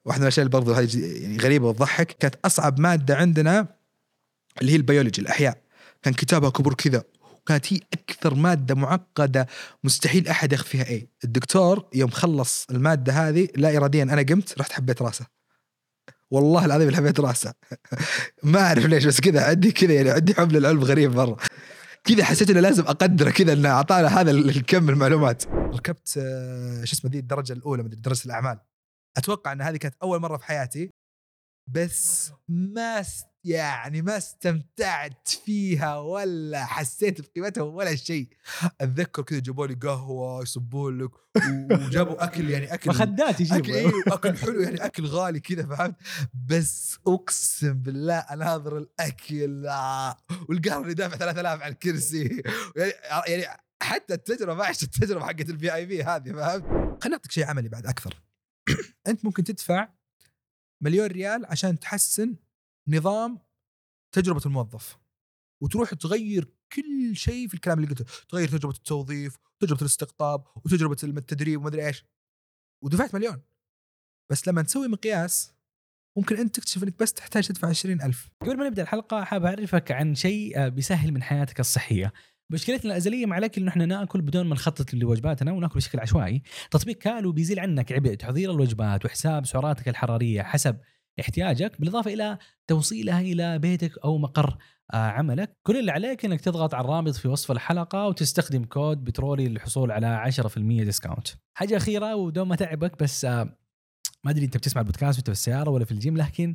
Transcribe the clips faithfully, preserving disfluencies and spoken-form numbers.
واحدة من الأشياء اللي برضو هذه يعني غريبة وتضحك، كانت أصعب مادة عندنا اللي هي البيولوجي الأحياء، كان كتابها كبر كذا، وكانت هي أكثر مادة معقدة مستحيل أحد يخ فيها. إيه الدكتور يوم خلص المادة هذه لا إراديا أنا قمت رحت حبيت راسه، والله العظيم اللي حبيت راسه ما أعرف ليش، بس كذا عندي كذا يعني عندي حب للعلم غريب مرة كذا، حسيت إنه لازم أقدره كذا إنه أعطانا هذا الكم المعلومات. ركبت شو اسمه ذي الدرجة الأولى من درجة الأعمال، أتوقع أن هذه كانت أول مرة في حياتي، بس ما يعني ما استمتعت فيها ولا حسيت بقيمتها ولا شيء. أتذكر كذا جابوا لي قهوة يصبون لك وجابوا أكل يعني أكل مخدات يجيبوا أكل, إيه أكل حلو يعني أكل غالي كذا فهمت، بس أقسم بالله أناظر الأكل والقهوة اللي دافع ثلاثة آلاف على الكرسي يعني, يعني حتى التجربة ما عشت التجربة حقت البي آي بي هذه فهمت. خلنا نعطيك شيء عملي بعد أكثر. أنت ممكن تدفع مليون ريال عشان تحسن نظام تجربة الموظف، وتروح تغير كل شيء في الكلام اللي قلته، تغير تجربة التوظيف وتجربة الاستقطاب وتجربة التدريب وما أدري إيش، ودفعت مليون. بس لما تسوي مقياس ممكن أنت تكتشف أنك بس تحتاج تدفع عشرين ألف. قبل ما نبدأ الحلقة حاب أعرفك عن شيء بيسهل من حياتك الصحية. مشكلتنا الأزلية مع الأكل إنه إحنا نأكل بدون ما نخطط لوجباتنا ونأكل بشكل عشوائي. تطبيق كالو بيزيل عنك عبء تحضير الوجبات وحساب سعراتك الحرارية حسب احتياجك، بالإضافة إلى توصيلها إلى بيتك أو مقر عملك. كل اللي عليك إنك تضغط على الرابط في وصف الحلقة وتستخدم كود بترولي للحصول على عشرة بالمئة ديسكاونت. حاجة أخيرة ودون ما تعبك، بس ما أدري أنت بتسمع البودكاست وأنت في السيارة ولا في الجيم، لكن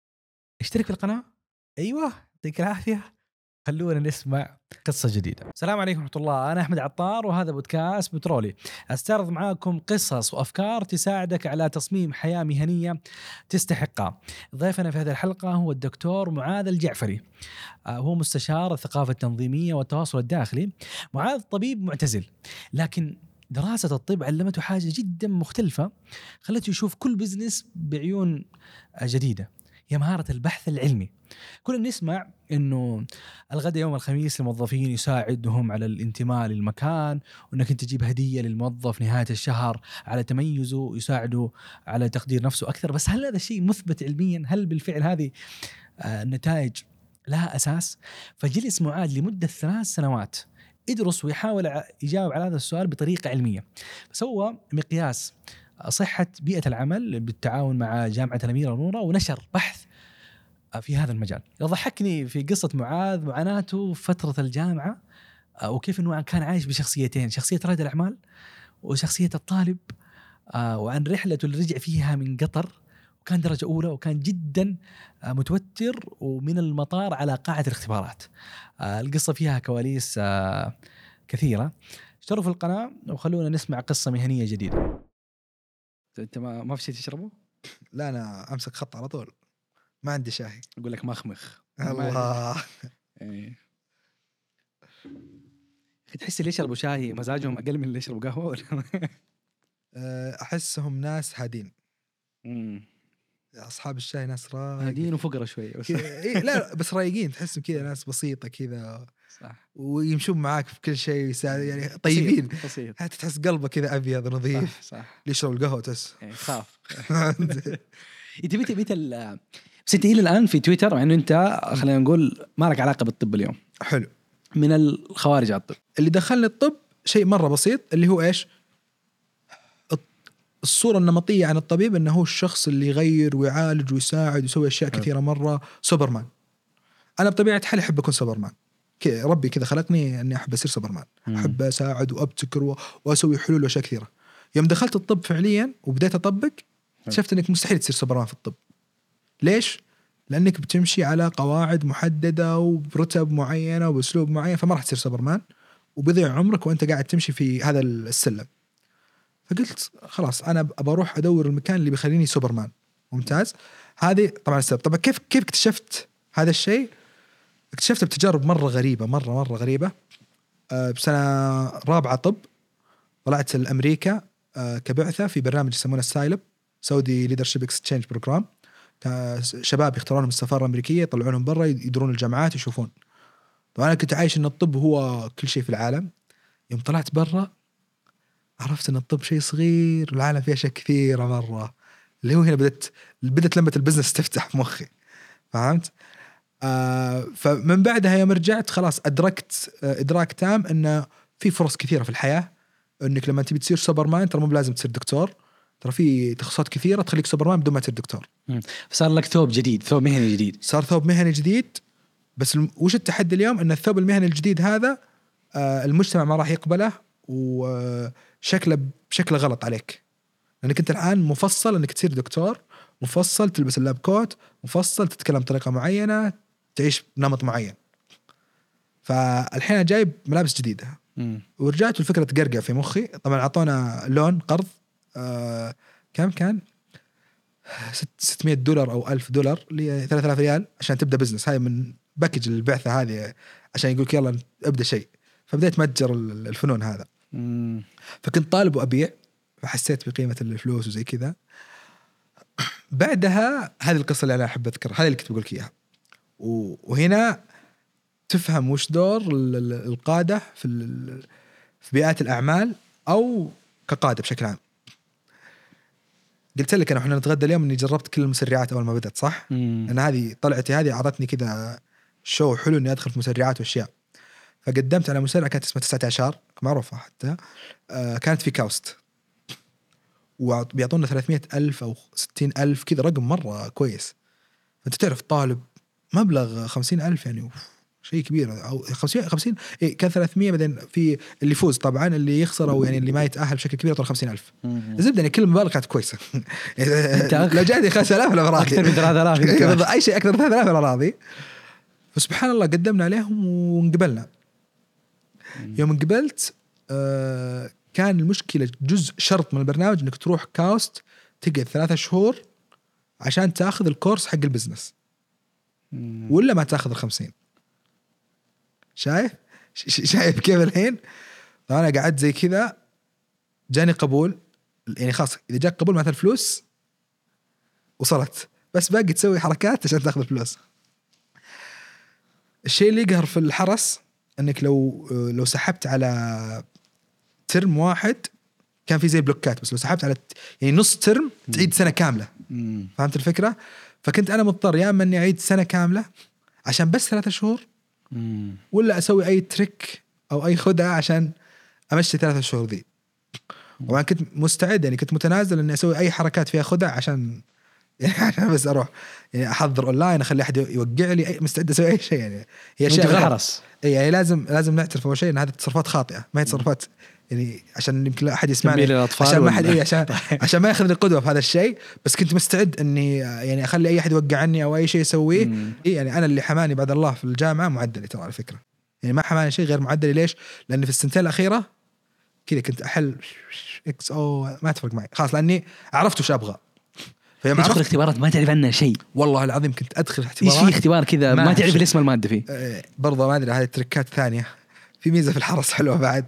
اشترك في القناة. أيوة يعطيك العافية. خلونا نسمع قصة جديدة. السلام عليكم ورحمة الله، أنا أحمد عطار وهذا بودكاست بترولي. أستعرض معاكم قصص وأفكار تساعدك على تصميم حياة مهنية تستحقها. ضيفنا في هذه الحلقة هو الدكتور معاذ الجعفري، هو مستشار الثقافة التنظيمية والتواصل الداخلي. معاذ طبيب معتزل، لكن دراسة الطب علمته حاجة جدا مختلفة خلته يشوف كل بزنس بعيون جديدة، هي مهارة البحث العلمي. كنا نسمع إنه الغداء يوم الخميس للموظفين يساعدهم على الانتماء للمكان، وإنك أنت تجيب هدية للموظف نهاية الشهر على تميزه يساعده على تقدير نفسه أكثر. بس هل هذا الشيء مثبت علميا؟ هل بالفعل هذه النتائج لها أساس؟ فجلس معاذ لمدة ثلاث سنوات يدرس ويحاول يجاوب على هذا السؤال بطريقة علمية. فسوى مقياس صحة بيئة العمل بالتعاون مع جامعة الأميرة نورة، ونشر بحث في هذا المجال. يضحكني في قصة معاذ معاناته في فترة الجامعة، وكيف أنه كان عايش بشخصيتين، شخصية رائد الأعمال وشخصية الطالب، وعن رحلته اللي رجع فيها من قطر وكان درجة أولى وكان جدا متوتر ومن المطار على قاعة الاختبارات. القصة فيها كواليس كثيرة. اشتركوا في القناة وخلونا نسمع قصة مهنية جديدة. أنت ما ما في شيء تشربه؟ لا أنا أمسك خط على طول، ما عندي شاهي. أقول لك مخمخ الله. إيه. تحس اللي يشربوا شاي مزاجهم أقل من اللي يشربوا قهوة؟ أحسهم ناس هادين. امم أصحاب الشاي ناس رايقين، هادين وفقرة شوي. إيه لا بس رايقين، تحسهم كذا ناس بسيطة كذا، صح، ويمشون معاك في كل شيء، يعني طيبين، بسيط. حتى تحس قلبه كذا أبيض نظيف. صح, صح. يشرب القهوة تحس إيه خاف. أنت بيت بيت ال بس أنت إلى الآن في تويتر، مع إنه أنت خلينا نقول ما لك علاقة بالطب اليوم. حلو. من الخوارج على الطب اللي دخلني الطب شيء مرة بسيط، اللي هو إيش؟ الصورة النمطية عن الطبيب أنه هو الشخص اللي يغير ويعالج ويساعد ويسوي أشياء كثيرة مرة، سوبرمان. أنا بطبيعة حالي أحب أكون سوبرمان، ربي كذا خلقني أني أحب أصير سوبرمان، أحب أساعد وأبتكر وأسوي حلول وأشياء كثيرة. يوم دخلت الطب فعليا وبديت أطبق شفت أنك مستحيل تصير سوبرمان في الطب. ليش؟ لأنك بتمشي على قواعد محددة وبرتب معينة وبأسلوب معين، فما راح تصير سوبرمان وبيضيع عمرك وأنت قاعد تمشي في هذا السلم. فقلت خلاص أنا أبى أروح أدور المكان اللي بيخليني سوبرمان. ممتاز. هذه طبعا السبب. طبعا كيف كيف اكتشفت هذا الشيء؟ اكتشفت بتجارب مرة غريبة مرة مرة غريبة. أه بسنة رابعة طب طلعت الأمريكا أه كبعثة في برنامج يسمونه السايلب، سعودي ليدرشيب اكسشينج بروجرام. شباب يختارونهم السفارة الأمريكية يطلعونهم برا يدورون الجامعات يشوفون. طبعا أنا كنت عايش إن الطب هو كل شيء في العالم. يوم طلعت برا عرفت أن الطب شيء صغير والعالم فيه أشياء كثيرة مرة. اللي هو هنا بدت بدت لمبة البزنس تفتح في مخي، فهمت؟ آه فمن بعدها يوم رجعت خلاص أدركت آه إدراك تام إنه في فرص كثيرة في الحياة، إنك لما تبي تصير سوبرمان ترى مو بلازم تصير دكتور، ترى في تخصصات كثيرة تخليك سوبرمان بدون ما تصير دكتور. صار لك ثوب جديد، ثوب مهني جديد. صار ثوب مهني جديد. بس وش التحدي اليوم؟ إن الثوب المهني الجديد هذا آه المجتمع ما راح يقبله وشكله بشكل غلط عليك، لأنك أنت الآن مفصل إنك تصير دكتور، مفصل تلبس اللاب كوت، مفصل تتكلم بطريقة معينة، تعيش بنمط معين. فالحين جايب ملابس جديدة مم. ورجعت الفكرة تقرقع في مخي. طبعا عطونا لون قرض آه كم كان ستمية دولار أو ألف دولار اللي ثلاثة آلاف ريال عشان تبدأ بزنس. هاي من باكج البعثة هذه عشان يقولك يلا ابدأ شيء. فبدأت متجر الفنون هذا. مم. فكنت طالب وأبيع، فحسيت بقيمة الفلوس وزي كذا. بعدها هذه القصة اللي أنا أحب أذكرها، هذه اللي كنت بقولك إياها. وهنا تفهم وش دور القادة في في بيئات الأعمال أو كقادة بشكل عام. قلت لك أنا وحنا نتغدى اليوم إني جربت كل المسرعات أول ما بدأت، صح؟ مم. أنا هذه طلعتي هذه عطتني كذا شو حلو إني أدخل في مسرعات وأشياء. فقدمت على مسرعة كانت اسمها تسعة عشر معروفة حتى، آه كانت في كاوست، وبيعطونا ثلاثمية ألف أو ستين ألف كذا، رقم مرة كويس. فأنت تعرف طالب مبلغ خمسين ألف يعني شيء كبير، أو خمسين خمسين إيه كان ثلاثمية، بعدين في اللي يفوز طبعا، اللي يخسر أو يعني اللي ما يتأهل بشكل كبير يعطون خمسين ألف. زبدة يعني كل مبالغ كانت كويسة. لو جاتني خمسة آلاف لا راضي، أكثر من ثلاثة آلاف أي شيء أكثر من ثلاثة آلاف لا راضي. فسبحان الله قدمنا عليهم وانقبلنا. يوم انقبلت آه كان المشكلة جزء شرط من البرنامج إنك تروح كاوست تقعد ثلاثة شهور عشان تأخذ الكورس حق البزنس، ولا ما تأخذ الخمسين. شايف شايف كيف الحين؟ فأنا قعدت زي كذا، جاني قبول، يعني خلاص إذا جاك قبول معناته الفلوس وصلت، بس باقي تسوي حركات عشان تأخذ الفلوس. الشيء اللي يقهر في الحرس انك لو لو سحبت على ترم واحد كان في زي بلوكات، بس لو سحبت على يعني نص ترم تعيد سنة كاملة. مم. فهمت الفكرة؟ فكنت انا مضطر يا اما اني اعيد سنة كاملة عشان بس ثلاثة شهور، مم. ولا اسوي اي تريك او اي خدعة عشان امشي ثلاثة شهور ذي. وأنا كنت مستعد، يعني كنت متنازل اني اسوي اي حركات فيها خدع عشان يعني عشان بس اروح يعني احضر اونلاين، اخلي احد يوقع لي أي، مستعد اسوي اي شيء. يعني هي اشياء غلط، اي يعني لازم لازم نعترف اول شيء ان هذه تصرفات خاطئه، ما هي تصرفات يعني عشان يمكن احد يسمعني، عشان ما حد إيه عشان عشان ما ياخذني قدوه في هذا الشيء. بس كنت مستعد اني يعني اخلي اي احد يوقع عني او اي شيء يسويه. إيه يعني انا اللي حماني بعد الله في الجامعه معدلي ترى على فكره، يعني ما حماني شيء غير معدلي. ليش؟ لان في السنتين الاخيره كذا كنت احل اكس او ما تفرق معي خلاص، لاني عرفت وش ابغى. تدخل اختبارات ما تعرف عنها شيء، والله العظيم كنت ادخل اختبارات في اختبار كذا ما, ما تعرف الاسم الماده فيه. أه برضه ما ادري، هذه تركات ثانيه. في ميزه في الحرس حلوه بعد،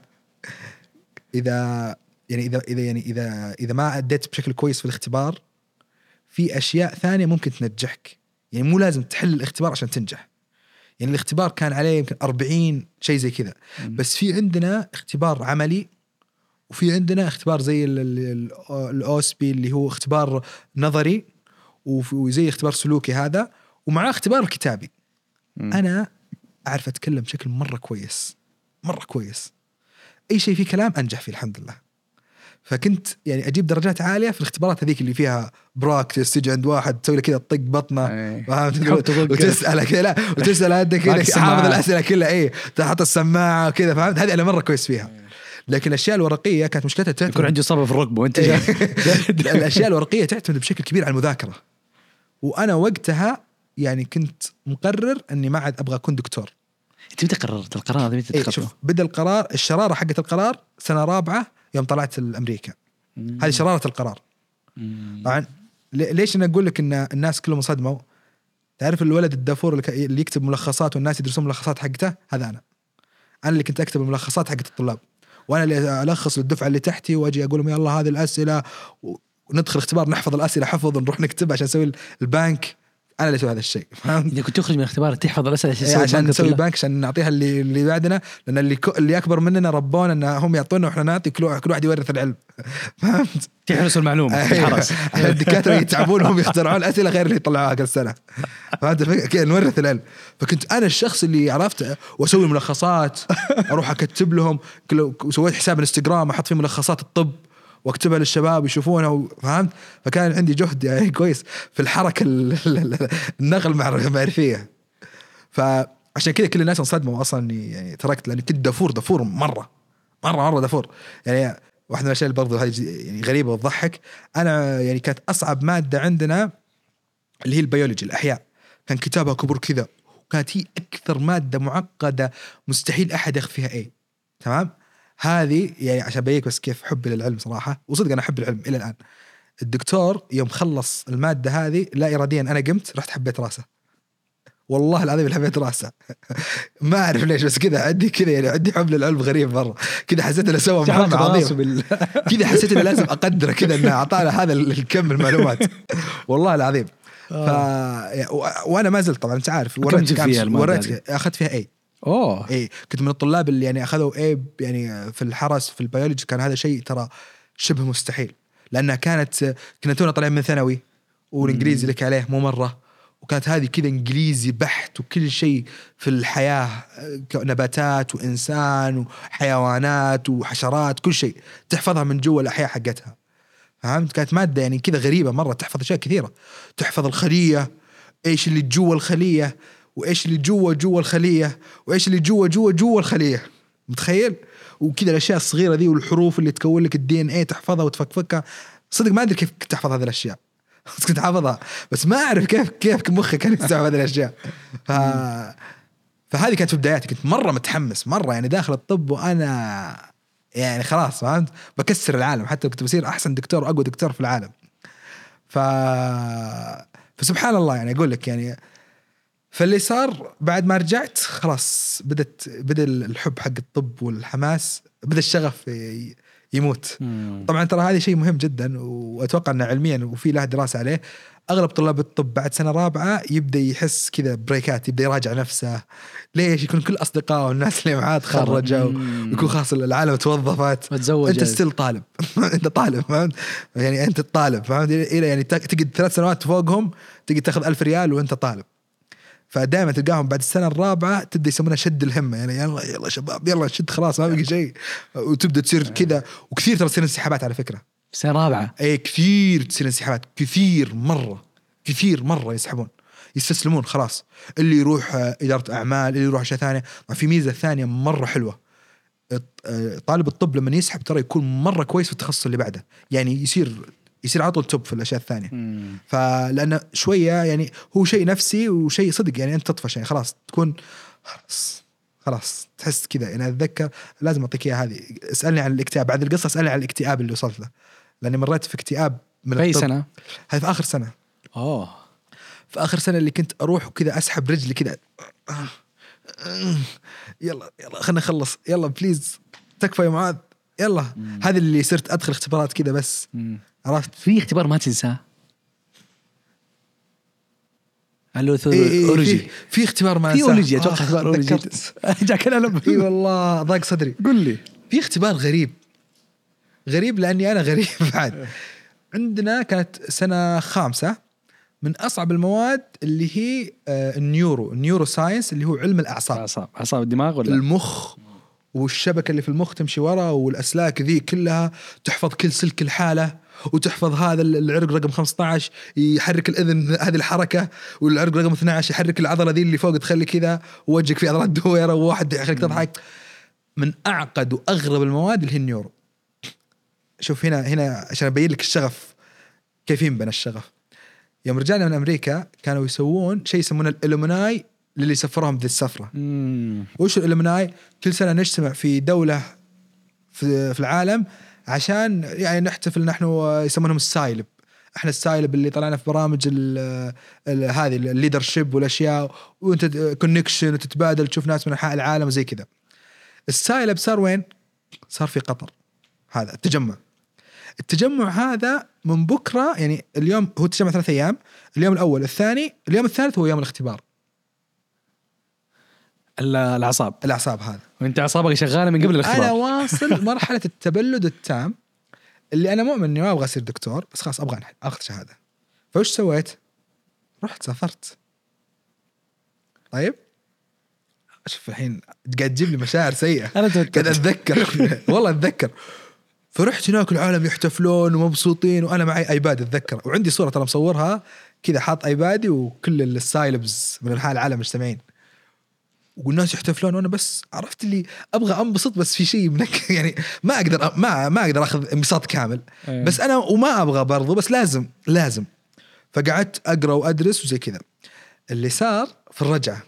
اذا يعني اذا اذا يعني اذا اذا ما اديت بشكل كويس في الاختبار في اشياء ثانيه ممكن تنجحك، يعني مو لازم تحل الاختبار عشان تنجح. يعني الاختبار كان عليه يمكن أربعين شيء زي كذا، بس في عندنا اختبار عملي، وفي عندنا اختبار زي الأوسبي اللي هو اختبار نظري، وزي اختبار سلوكي هذا، ومعاه اختبار كتابي. م. أنا أعرف أتكلم بشكل مرة كويس مرة كويس، أي شيء فيه كلام أنجح فيه الحمد لله. فكنت يعني أجيب درجات عالية في الاختبارات هذيك اللي فيها براكتس، تيجي عند واحد تسوي له كذا طق بطنه وتسأله كذا وتسأل هذا كذا حافظ الأسئلة كلها، إيه تحط السماعة وكذا، فهمت؟ هذه أنا مرة كويس فيها. لكن الأشياء الورقية كانت مشكلتها تعتمد، يكون عنده صبر في الركبة وأنت الأشياء الورقية تعتمد بشكل كبير على المذاكرة. وأنا وقتها يعني كنت مقرر أني ما عاد أبغى أكون دكتور. أنت متى قررت القرار هذا؟ متى تخذه؟ شوف بدأ القرار، الشرارة حقة القرار سنة رابعة يوم طلعت الأمريكا. هذه شرارة القرار. طبعا ليش أنا أقول لك إن الناس كلهم صدموا؟ تعرف الولد الدافور اللي يكتب ملخصات والناس يدرسون ملخصات حقته؟ هذا أنا أنا اللي كنت أكتب الملخصات حقة الطلاب، وأنا اللي ألخص للدفعة اللي تحتي وأجي أقول لهم يلا هذه الأسئلة، وندخل اختبار نحفظ الأسئلة حفظ ونروح نكتب عشان نسوي البانك. انا اللي اسوي هذا الشيء. فهمت؟ اذا كنت تخرج من الاختبار تحفظ الاسئله عشان إيه تسوي عشان بنك نسوي الطلاب. بنك عشان نعطيها اللي اللي بعدنا، لان اللي ك... اللي اكبر مننا ربونا ان هم يعطونا واحنا نعطي، كل كل واحد يورث العلم. فهمت؟ تحرس المعلومه في الحرس. الدكاتره يتعبون هم يخترعون اسئله غير اللي يطلعوها كل سنه. فهمت الفكره؟ نورث العلم. فكنت انا الشخص اللي عرفت واسوي ملخصات، اروح اكتب لهم، وسويت حساب انستغرام احط فيه ملخصات الطب واكتبها للشباب يشوفونها. فهمت؟ فكان عندي جهد يعني كويس في الحركه النقل معرفيه. فعشان كذا كل الناس انصدموا اصلا اني يعني تركت، لاني كنت دفور دفور مره مره مره دفور. يعني واحده من الاشياء برضو هذه يعني غريبه وتضحك، انا يعني كانت اصعب ماده عندنا اللي هي البيولوجي الاحياء، كان كتابها كبر كذا، وكانت هي اكثر ماده معقده مستحيل احد ياخذ فيها اي. تمام؟ هذه يعني عشان بيك بس كيف حبي للعلم صراحه، وصدق انا احب العلم الى الان. الدكتور يوم خلص الماده هذه لا اراديا انا قمت رحت حبيت راسه، والله العظيم حبيت راسه. ما اعرف ليش بس كذا عندي كذا يعني عندي حب للعلم غريب مره كذا، حسيت انه سوى مهمه عظيمه كذا، حسيت انه لازم اقدره كذا انه اعطانا هذا الكم المعلومات والله العظيم. ف وانا ما زلت طبعا انت عارف وريت وريت اخذت فيها اي اوه اي كنت من الطلاب اللي يعني اخذوا اي يعني في الحرس في البيولوجي. كان هذا شيء ترى شبه مستحيل، لانها كانت كنا تونا طالعين من ثانوي والانجليزي لك عليه مو مره، وكانت هذه كذا انجليزي بحت وكل شيء في الحياه، نباتات وانسان وحيوانات وحشرات، كل شيء تحفظها من جوا الاحياء حقتها. فهمت؟ كانت ماده يعني كذا غريبه مره، تحفظ اشياء كثيره، تحفظ الخليه ايش اللي جوا الخليه، وايش اللي جوا جوا الخليه، وايش اللي جوا جوا جوا الخليه، متخيل؟ وكذا الاشياء الصغيره ذي والحروف اللي تكون لك الدي ان اي تحفظها وتفكفكها. صدق ما ادري كيف تحفظ هذه الاشياء، بس كنت حافظها بس ما اعرف كيف كيف مخي كان يستوعب هذه الاشياء. ف فهذه كانت في بداياتي، كنت مره متحمس مره يعني داخل الطب وانا يعني خلاص فهمت بكسر العالم، حتى كنت بصير احسن دكتور واقوى دكتور في العالم. ف فسبحان الله يعني اقول لك يعني. فاللي صار بعد ما رجعت خلاص بدت بدا الحب حق الطب والحماس، بدا الشغف يموت. طبعا ترى هذا شيء مهم جدا، واتوقع انه علميا وفي له دراسه عليه. اغلب طلاب الطب بعد سنه رابعه يبدا يحس كذا بريكات، يبدا يراجع نفسه. ليش؟ يكون كل اصدقائه والناس اللي معاه تخرجوا ويكون خلاص العالم توظفت، انت ستيل طالب. انت طالب فهمت يعني، انت الطالب فهمت يعني تقعد ثلاث سنوات فوقهم تقعد تاخذ ألف ريال وانت طالب. فدائما تلقاهم بعد السنة الرابعة تبدأ يسمونها شد الهمة، يعني يلا يلا شباب يلا شد خلاص ما بقي شيء، وتبدأ تصير كذا. وكثير ترى تصير انسحابات على فكرة سنة رابعة، اي كثير تصير انسحابات، كثير مرة كثير مرة يسحبون يستسلمون خلاص. اللي يروح إدارة أعمال، اللي يروح أشياء ثانية. في ميزة ثانية مرة حلوة، طالب الطب لما يسحب ترى يكون مرة كويس في التخصص اللي بعده، يعني يصير يصير عطل توب في الأشياء الثانية. مم. فلأن شوية يعني هو شيء نفسي وشيء صدق، يعني أنت تطفش يعني خلاص تكون خلاص خلاص تحس كذا. يعني أتذكر لازم أعطيك إياها هذه، اسألني عن الاكتئاب بعد القصة، اسألني عن الاكتئاب اللي وصلت له، لأني مريت في اكتئاب من أي سنة؟ هاي في آخر سنة. أوه في آخر سنة اللي كنت أروح وكذا أسحب رجلي كذا، يلا يلا خلنا نخلص يلا بليز تكفى يا معاذ يلا. هذا اللي صرت أدخل اختبارات كذا بس. مم. عرفت؟ في اختبار ما تنساه اللوثولوجي. في, في اختبار ما في أولوجي أتوقع اختبار أولوجي جاك الألم. اي والله ضاق صدري. قل لي. في اختبار غريب غريب لأني أنا غريب بعد. عندنا كانت سنة خامسة من أصعب المواد اللي هي النيورو النيورو ساينس، اللي هو علم الأعصاب. أعصاب أعصاب الدماغ ولا المخ والشبكة اللي في المخ تمشي ورا، والأسلاك ذي كلها تحفظ كل سلك الحالة، وتحفظ هذا العرق رقم خمسة عشر يحرك الأذن هذه الحركة، والعرق رقم اثنا عشر يحرك العضلة ذي اللي فوق تخلي كذا ووجهك في عضلات دويرة، وواحد يخليك تضحك. من أعقد وأغرب المواد اللي هي النيورو. شوف هنا هنا عشان أبين لك الشغف كيف ينبنى الشغف. يوم رجعنا من أمريكا كانوا يسوون شيء يسمونه الإلومناي للي سفرهم ذي السفرة. مم. وش الإلومناي؟ كل سنة نجتمع في دولة في, في العالم عشان يعني نحتفل. نحن يسمونهم السايلب، احنا السايلب اللي طلعنا في برامج ال ال هذه الليدرشيب والأشياء، وانت كونكشن وتتبادل تشوف ناس من أنحاء العالم وزي كذا. السايلب صار وين؟ صار في قطر، هذا التجمع. التجمع هذا من بكرة، يعني اليوم هو تجمع ثلاث أيام، اليوم الأول الثاني اليوم الثالث هو يوم الاختبار. الأعصاب الأعصاب هذا، وأنت أعصابك شغالة من قبل الاختبار. أنا واصل مرحلة التبلد التام اللي أنا مؤمن إني ما أبغى أصير دكتور، بس خلاص أبغى أخذ شهادة. فوش سويت؟ رحت سافرت. طيب شوف الحين قاعد تجيب لي مشاعر سيئة. أنا قاعد أتذكر والله أتذكر. فرحت هناك العالم يحتفلون ومبسوطين وأنا معي أيباد أتذكر، وعندي صورة ترى مصورها كذا، حاط أيبادي وكل السايلبز من الحال العالم مجتمعين والناس يحتفلون، وأنا بس عرفت اللي أبغى أنبسط بس في شيء منك يعني ما أقدر ما ما أقدر أخذ انبساط كامل. أيه. بس أنا وما أبغى برضو، بس لازم لازم. فقعدت أقرأ وأدرس وزي كذا. اللي صار في الرجعة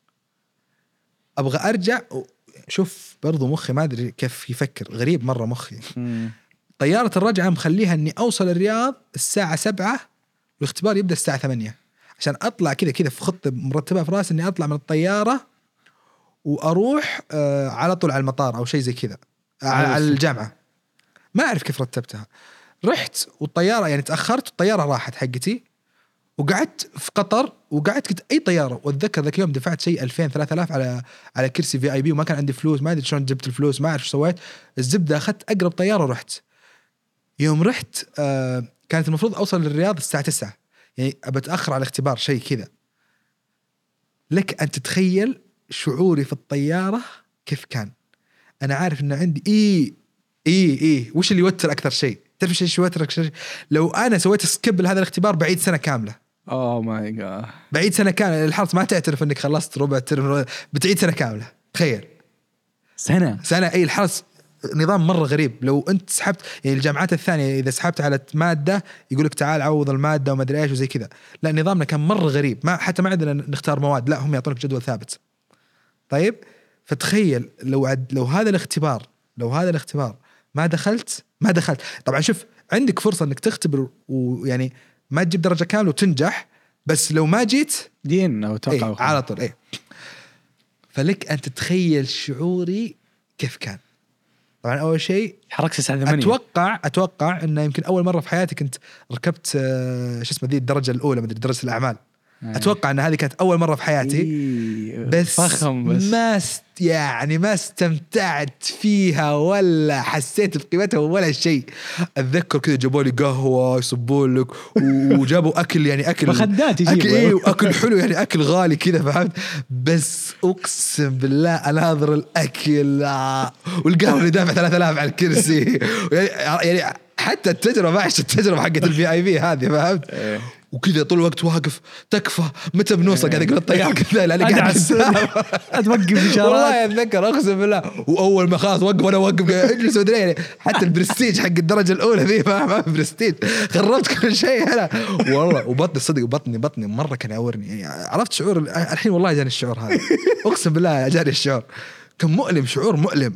أبغى أرجع، شوف برضو مخي ما أدري كيف يفكر، غريب مرة مخي. طيارة الرجعة مخليها أني أوصل الرياض الساعة سبعة والاختبار يبدأ الساعة ثمانية، عشان أطلع كذا كذا في خطة مرتبة في رأسي أني أطلع من الطيارة وأروح آه على طول على المطار أو شيء زي كذا على الجامعة. ما أعرف كيف رتبتها. رحت والطيارة يعني تأخرت، الطيارة راحت حقتي، وقعدت في قطر وقعدت كنت أي طيارة. وأتذكر ذاك يوم دفعت شيء ألفين ثلاثة آلاف على على كرسي في آي بي، وما كان عندي فلوس، ما أدري شلون جبت الفلوس، ما أعرف شو سويت. الزبدة أخذت أقرب طيارة ورحت. يوم رحت آه كانت المفروض أوصل للرياض الساعة تسعة، يعني أبتأخر على الاختبار شيء كذا. لك أن تتخيل شعوري في الطيارة كيف كان. أنا عارف إن عندي إيه إيه إيه وش اللي يوتر أكثر شيء؟ تعرف إيش يوتر أكثر شيء؟ لو أنا سويت سكيب لهذا الاختبار بعيد سنة كاملة. أوه ماي جاد. بعيد سنة كاملة، الحرص ما تعترف إنك خلصت ربع ترم، بتعيد سنة كاملة. تخيل سنة سنة أي الحرص نظام مرة غريب. لو أنت سحبت يعني الجامعات الثانية إذا سحبت على مادة يقولك تعال عوض المادة وما أدري إيش وزي كذا، لا نظامنا كان مرة غريب. ما حتى ما عندنا نختار مواد، لا هم يعطونك جدول ثابت. طيب فتخيل لو عد لو هذا الاختبار لو هذا الاختبار ما دخلت ما دخلت طبعا شوف عندك فرصة انك تختبر ويعني ما تجيب درجة كاملة وتنجح، بس لو ما جيت دين او توقع ايه على طول ايه. فلك ان تتخيل شعوري كيف كان. طبعا اول شيء حركت الساعة ثمانية. اتوقع اتوقع انه يمكن اول مرة في حياتي كنت ركبت آه شو اسمه ذي الدرجة الاولى مدري درجة الاعمال. اتوقع ان هذه كانت اول مره في حياتي. إيه بس, بس ما است يعني ما استمتعت فيها ولا حسيت بقيمتها ولا شيء. اتذكر كذا جابوا لي قهوه يصبون لك وجابوا اكل يعني اكل مخدات اكل يجيبوا ايه واكل حلو يعني اكل غالي كذا فهمت. بس اقسم بالله اناظر الاكل والقهوه اللي دافع ثلاثة آلاف على الكرسي يعني حتى التجربه ما عشت التجربه حقت الفي اي بي هذه فهمت. وكذا طول الوقت واقف تكفى متى بنوصل قاعد يقول الطيار كذا لا قاعد اتوقف اشارات والله اتذكر اقسم بالله. واول ما خلاص وقف انا اوقف اجلس ودري يعني حتى البرستيج حق الدرجه الاولى ذي ما ما برستيج خربت كل شيء انا والله. وبطني صدق بطني بطني مره كان يعورني يعني عرفت شعور الحين والله جاني الشعور هذا اقسم بالله جاني الشعور كان مؤلم شعور مؤلم.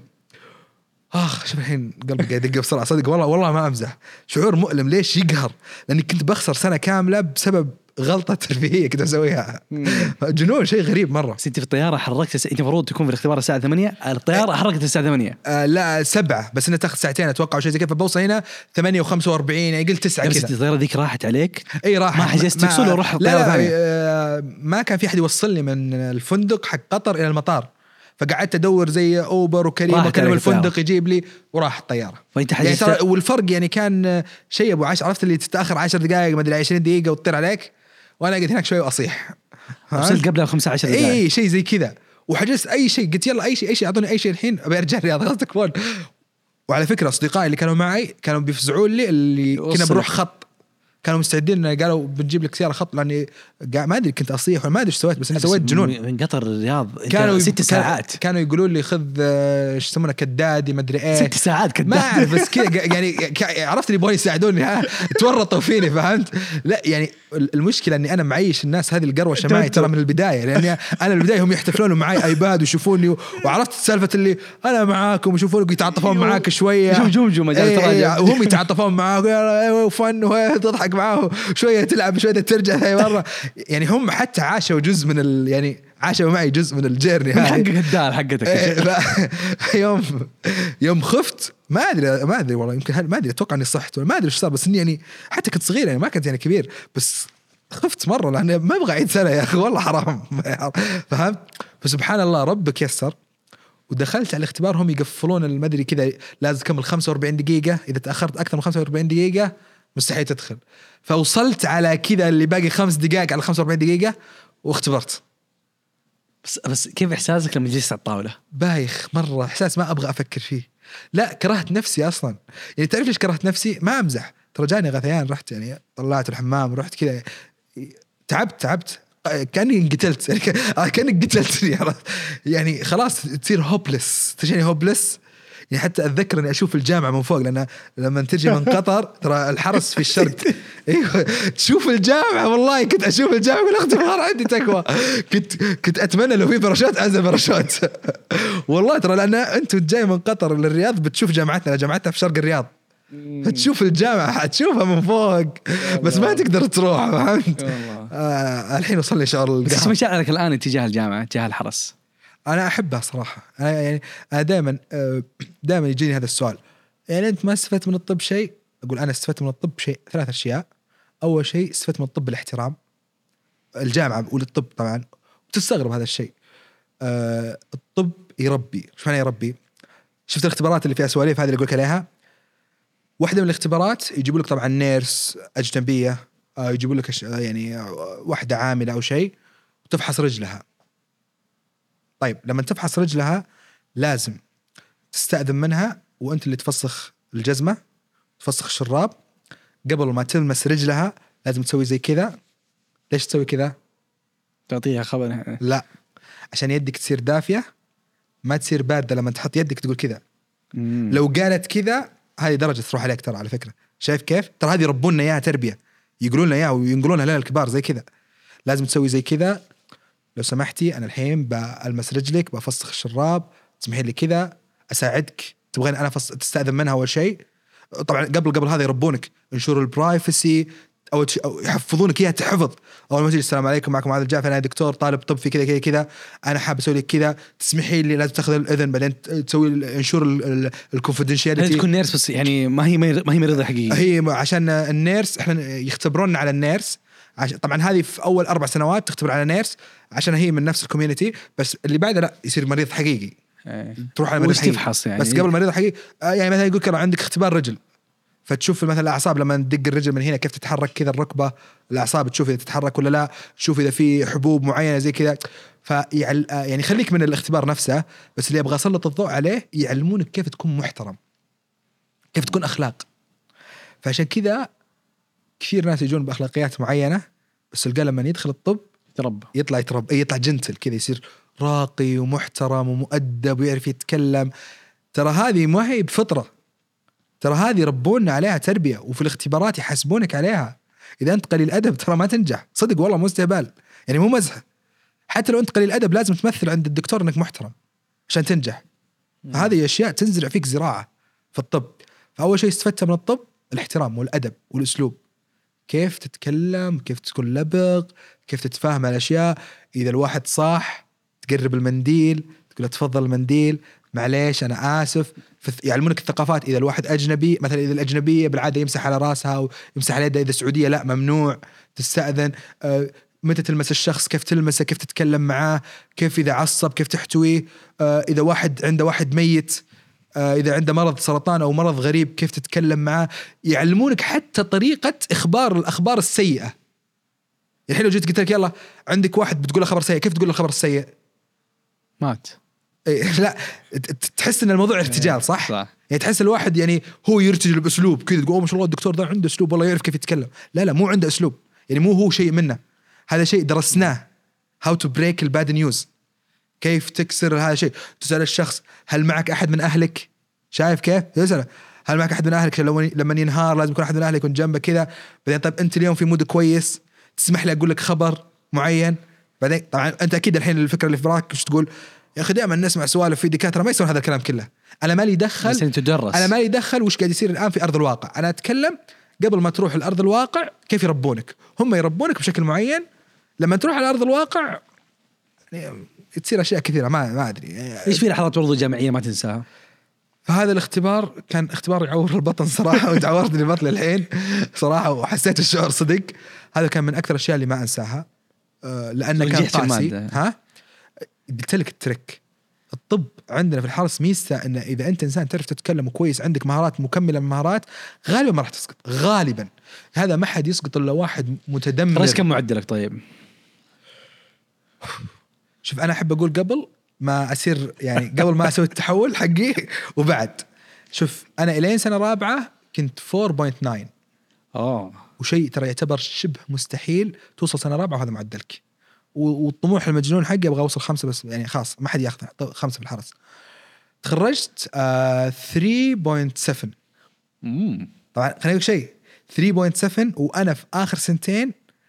آخ شوف الحين قلبي قاعد يدق بسرعة صدق والله والله ما أمزح. شعور مؤلم ليش يقهر؟ لأني كنت بخسر سنة كاملة بسبب غلطة ترفيهية كنت أسويها. جنون شيء غريب مرة. بس أنت في الطيارة حركت س... أنت المفروض تكون في الاختبار الساعة ثمانية، الطيارة حركت الساعة ثمانية. آه لا سبعة بس إنها تأخذ ساعتين أتوقع شيء زي كذا. فبوصل هنا ثمانية وخمسة وأربعين يعني قلت تسعة كذا. الطيارة ذيك راحت عليك؟ أي راحت. ما حجزت تكسل وروح الطيارة لا ثانية؟ آه ما كان في أحد يوصلني من الفندق حق قطر إلى المطار. فقعدت ادور زي اوبر وكريم وكلم الفندق يجيب لي وراح الطياره. فانت يعني ترى والفرق يعني كان شيء ابو عشر عرفت اللي تتاخر عشر دقائق ما ادري عشرين دقيقه وتطير عليك وانا قاعد هناك شوي واصيح وصلت قبلها خمسة عشر دقائق اي شيء زي كذا. وحجزت اي شيء قلت يلا اي شيء اي شيء اعطوني اي شيء الحين ابي ارجع الرياض قصدك فون. وعلى فكره اصدقائي اللي كانوا معي كانوا بيفزعون لي اللي كنا بنروح خط كانوا مستعدين قالوا بنجيب لك سيارة خط لأني ما أدري كنت أصيح ولا ما أدري إيش سويت بس أنا سويت جنون. من قطر الرياض كانوا ست ساعات كانوا يقولوا لي خذ إيش يسمونه كدادي ما أدري إيه ست ساعات كدادي ما أعرف بس كذا يعني عرفت اللي يبغون يساعدوني تورطوا فيني فهمت. لا يعني المشكلة أني أنا معيش الناس هذه القروشة معي ترى من البداية لأني أنا البداية هم يحتفلون معي أيباد ويشوفوني وعرفت سالفة اللي أنا معاكم ويشوفونك ويتعاطفون معاك شوية جم جم جم ايه وهم يتعاطفون معاك وفن وتضحك معاه شوية تلعب شوية ترجع هاي مرة يعني هم حتى عاشوا جزء من ال يعني عاشوا معي جزء من الجيرني من هذه. حقك الدال حقتك. إيه، ف- يوم يوم خفت ما ادري ما ادري والله يمكن هل- ما ادري اتوقع اني صحت ولا ما ادري ايش صار، بس اني يعني حتى كنت صغير يعني ما كنت يعني كبير، بس خفت مره لاني ما ابغى اعيد سنه يا اخي والله حرام. فهمت؟ فسبحان الله ربك يسر ودخلت على الاختبار. هم يقفلون المدري كذا لازم تكمل خمسة وأربعين دقيقه، اذا تاخرت اكثر من خمسة وأربعين دقيقه مستحيل تدخل. فوصلت على كذا اللي باقي خمس دقائق على خمسة وأربعين دقيقه واختبرت. بس بس كيف احساسك لما جلست على الطاوله؟ بايخ مرة، إحساس ما أبغى أفكر فيه. لا كرهت نفسي أصلا. يعني تعرف ليش كرهت نفسي؟ ما أمزح، ترى جاني غثيان، رحت يعني طلعت الحمام رحت كذا تعبت تعبت كأني انقتلت يعني كأني قتلتني يعني خلاص تصير هوبلس، تجيني هوبلس. يعني حتى أتذكر أني أشوف الجامعة من فوق، لأن لما تجي من قطر ترى الحرس في الشرق أيوة تشوف الجامعة. والله كنت أشوف الجامعة والاختبار عندي تكوى، كنت كنت أتمنى لو في باراشوت أنزل باراشوت والله ترى، لأن أنت جاي من قطر للرياض بتشوف جامعتنا، جامعتنا في شرق الرياض، تشوف الجامعة حتشوفها من فوق بس ما تقدر تروح. فهمت؟ آه الحين وصل لي شعور بس ايش مشاعرك الآن تجاه الجامعة تجاه الحرس؟ أنا أحبها صراحة. أنا يعني أنا دائما دائما يجيني هذا السؤال، يعني أنت ما استفدت من الطب شيء؟ أقول أنا استفدت من الطب شيء، ثلاث أشياء. أول شيء استفدت من الطب الاحترام. الجامعة والطب طبعا وتستغرب هذا الشيء. أه الطب يربي. شو معنى يربي؟ شفت الاختبارات اللي فيها سواليف هذه اللي أقولك عليها؟ واحدة من الاختبارات يجيبوا لك طبعا نيرس أجنبية، أه يجيبوا لك يعني واحدة عاملة أو شيء وتفحص رجلها. طيب لما تفحص رجلها لازم تستأذن منها، وأنت اللي تفسخ الجزمة تفسخ الشراب قبل ما تلمس رجلها. لازم تسوي زي كذا. ليش تسوي كذا؟ تعطيها خبر؟ لا عشان يدك تصير دافية ما تصير باردة. لما تحط يدك تقول كذا. لو قالت كذا هذه درجة تروح عليك ترى على فكرة. شايف كيف؟ ترى هذه ربونا إياها تربية، يقولون لنا إياها وينقلونها لنا الكبار زي كذا. لازم تسوي زي كذا. لو سمحتي أنا الحين بألمس رجلك بفسخ الشراب، تسمحي لي كذا أساعدك، تبغين أنا فص... تستأذن منها أول شيء. طبعا قبل قبل هذا يربونك انشور البرايفسي أو, تش... أو يحفظونك إياها تحفظ. أول ما تيجي السلام عليكم معكم عادل الجعفري أنا دكتور طالب طب في كذا كذا كذا أنا حاب أسوي لك كذا، تسمحي لي لازم تأخذ الإذن بعدين تسوي انشور الكونفيدنشياليتي. تكون نيرس بس يعني ما هي ما هي مريضة حقيقية. هي عشان النيرس إحنا يختبرون على النيرس. عشان طبعا هذه في أول أربع سنوات تختبر على نيرس عشان هي من نفس الكوميونتي، بس اللي بعده لا يصير مريض حقيقي. ايه. تروح على مريض حقيقي يعني. بس قبل مريض حقيقي يعني مثلا يقول لك عندك اختبار رجل، فتشوف مثلا الأعصاب لما تدق الرجل من هنا كيف تتحرك كذا الركبة، الأعصاب تشوف إذا تتحرك ولا لا، تشوف إذا في حبوب معينة زي كذا. فيعني يعني خليك من الاختبار نفسه، بس اللي أبغى أسلط الضوء عليه يعلمونك كيف تكون محترم، كيف تكون أخلاق. فعشان كذا كثير ناس يجون بأخلاقيات معينة، بس القى لما يدخل الطب يتربى يطلع يتربى يطلع جنتل كذا، يصير راقي ومحترم ومؤدب ويعرف يتكلم. ترى هذه ما هي بفطرة، ترى هذه ربونا عليها تربية، وفي الاختبارات يحسبونك عليها. إذا أنت قليل أدب ترى ما تنجح، صدق والله مو استهبال يعني مو مزح. حتى لو أنت قليل أدب لازم تمثل عند الدكتور أنك محترم عشان تنجح. فهذه أشياء تنزرع فيك زراعة في الطب. فأول شيء استفدت من الطب الاحترام والأدب والأسلوب، كيف تتكلم، كيف تكون لبق، كيف تتفاهم على الأشياء. إذا الواحد صاح تقرب المنديل تقول تفضل المنديل، معليش أنا آسف. يعلمونك الثقافات. إذا الواحد أجنبي مثلا، إذا الأجنبية بالعادة يمسح على راسها ويمسح على يده، إذا السعودية لا ممنوع، تستأذن. أه متى تلمس الشخص، كيف تلمسه، كيف تتكلم معاه، كيف إذا عصب كيف تحتويه. أه إذا واحد عنده واحد ميت، أه إذا عنده مرض سرطان أو مرض غريب كيف تتكلم معاه. يعلمونك حتى طريقة إخبار الأخبار السيئة. الحين لو جيت قلت لك يلا عندك واحد بتقول له خبر سيء، كيف تقول له الخبر السيء؟ مات. إيه لا تحس ان الموضوع ارتجال صح؟ صح. يعني تحس الواحد يعني هو يرتجل باسلوب كذا، تقول ما شاء الله الدكتور ده عنده اسلوب والله يعرف كيف يتكلم. لا لا مو عنده اسلوب، يعني مو هو شيء منه، هذا شيء درسناه. how to break the bad news، كيف تكسر هذا الشيء. تسأل الشخص هل معك احد من اهلك، شايف كيف يسأل هل معك احد من اهلك، لما ينهار لازم يكون احد من اهلك يكون جنبه كذا. بعدين طيب انت اليوم في مود كويس، تسمح لي اقول لك خبر معين. بعدين طبعا انت اكيد الحين الفكره اللي في بالك ايش تقول يا اخي، دائما نسمع سوالف في دكاتره ما يسوون هذا الكلام كله. انا مالي دخل، انا مالي دخل وش قاعد يصير الان في ارض الواقع. انا اتكلم قبل ما تروح الارض الواقع كيف يربونك. هم يربونك بشكل معين، لما تروح على ارض الواقع يعني تصير اشياء كثيره ما ما ادري. ايش في لحظات برضو جامعيه ما تنساها؟ فهذا الاختبار كان اختبار يعور البطن صراحه وتعورت البطن الحين صراحه وحسيت الشعور صدق. هذا كان من اكثر الاشياء اللي ما انساها لانه كان قاسي. ها قلت لك الترك الطب عندنا في الحرس ميزته انه اذا انت انسان تعرف تتكلم كويس عندك مهارات مكمله من مهارات غالبا ما راح تسقط غالبا. هذا ما حد يسقط الا واحد متدمر. رأس كم معدلك طيب؟ شوف انا احب اقول قبل ما أصير يعني قبل ما أسوي التحول حقي وبعد. شوف أنا إلين سنة رابعة كنت فور بوينت ناين آه وشيء ترى يعتبر شبه مستحيل توصل سنة رابعة وهذا معدلك. والطموح المجنون حقي أبغى أوصل خمسة بس يعني خاص ما حد يأخذ خمسة في الحرس. تخرجت آه ثري بوينت سفن. مم. طبعا خليني أقول شيء ثري بوينت سفن وأنا في آخر سنتين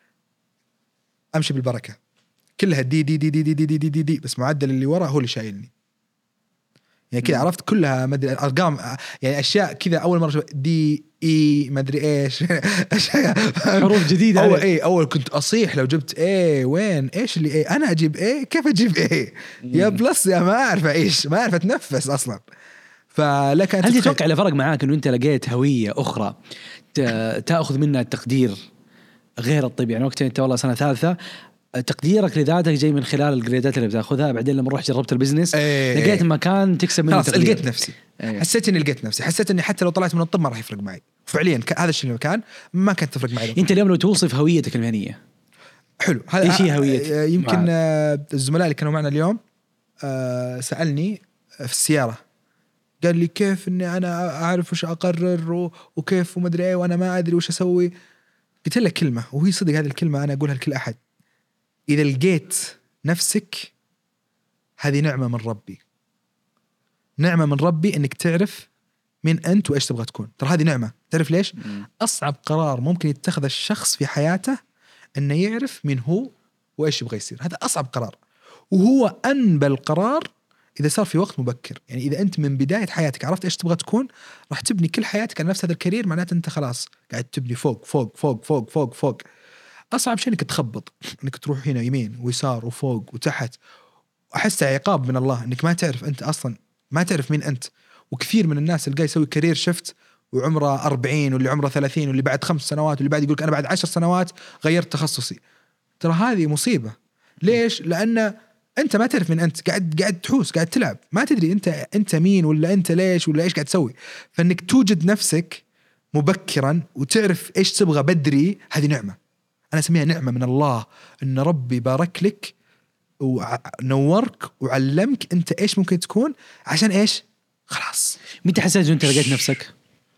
أمشي بالبركة كلها دي دي دي دي دي دي دي دي, دي بس معدل اللي ورا هو اللي شايلني. يعني كذا عرفت كلها مدري أرقام يعني أشياء كذا أول مرة شوف دي إي مدري إيش أشياء حروف جديدة. أول إيه أول كنت أصيح لو جبت إيه وين إيش اللي إيه أنا أجيب إيه كيف أجيب إيه يا بلس يا ما أعرف إيش ما أعرف أتنفس أصلا. فلك هل تتوقع اللي فرق معاك إنه أنت لقيت هوية أخرى تأخذ منها التقدير غير الطب؟ يعني وقت أنت والله سنة ثالثة تقديرك لذاتك جاي من خلال الجريدات اللي بتاخذها بعدين لما رحت جربت البزنس ايه لقيت مكان تكسب منه خلاص لقيت نفسي. ايه. حسيت اني لقيت نفسي حسيت اني حتى لو طلعت من الطب ما راح يفرق معي فعليا هذا الشيء اللي كان ما كانت تفرق معي. انت اليوم لو توصف هويتك المهنيه حلو هذا ايش هي هويتك؟ يمكن مع... الزملاء اللي كانوا معنا اليوم سألني في السيارة قال لي كيف اني انا اعرف وش اقرر وكيف وما ادري ايه وانا ما ادري وش اسوي. قلت له كلمة وهي صدق هذه الكلمة انا اقولها لكل احد إذا لقيت نفسك هذه نعمة من ربي نعمة من ربي إنك تعرف من أنت وإيش تبغى تكون. ترى هذه نعمة. تعرف ليش؟ أصعب قرار ممكن يتخذ الشخص في حياته إنه يعرف من هو وإيش يبغى يصير. هذا أصعب قرار وهو أنبل القرار إذا صار في وقت مبكر. يعني إذا أنت من بداية حياتك عرفت إيش تبغى تكون راح تبني كل حياتك على نفس هذا الكارير معناته أنت خلاص قاعد تبني فوق فوق فوق فوق فوق فوق. أصعب شيء إنك تخبط إنك تروح هنا يمين ويسار وفوق وتحت. أحس عقاب من الله إنك ما تعرف أنت أصلا ما تعرف مين أنت. وكثير من الناس اللي قاعد يسوي كارير شفت وعمره أربعين واللي عمره ثلاثين واللي بعد خمس سنوات واللي بعد يقولك أنا بعد عشر سنوات غيرت تخصصي. ترى هذه مصيبة. ليش؟ لأن أنت ما تعرف مين أنت قاعد قاعد تحوس قاعد تلعب ما تدري أنت أنت مين ولا أنت ليش ولا إيش قاعد تسوي. فإنك توجد نفسك مبكرا وتعرف إيش تبغى بدري هذه نعمة. أنا أسميها نعمة من الله إن ربي بارك لك ونورك وعلمك أنت إيش ممكن تكون عشان إيش خلاص. متى حسيت أنت لقيت نفسك؟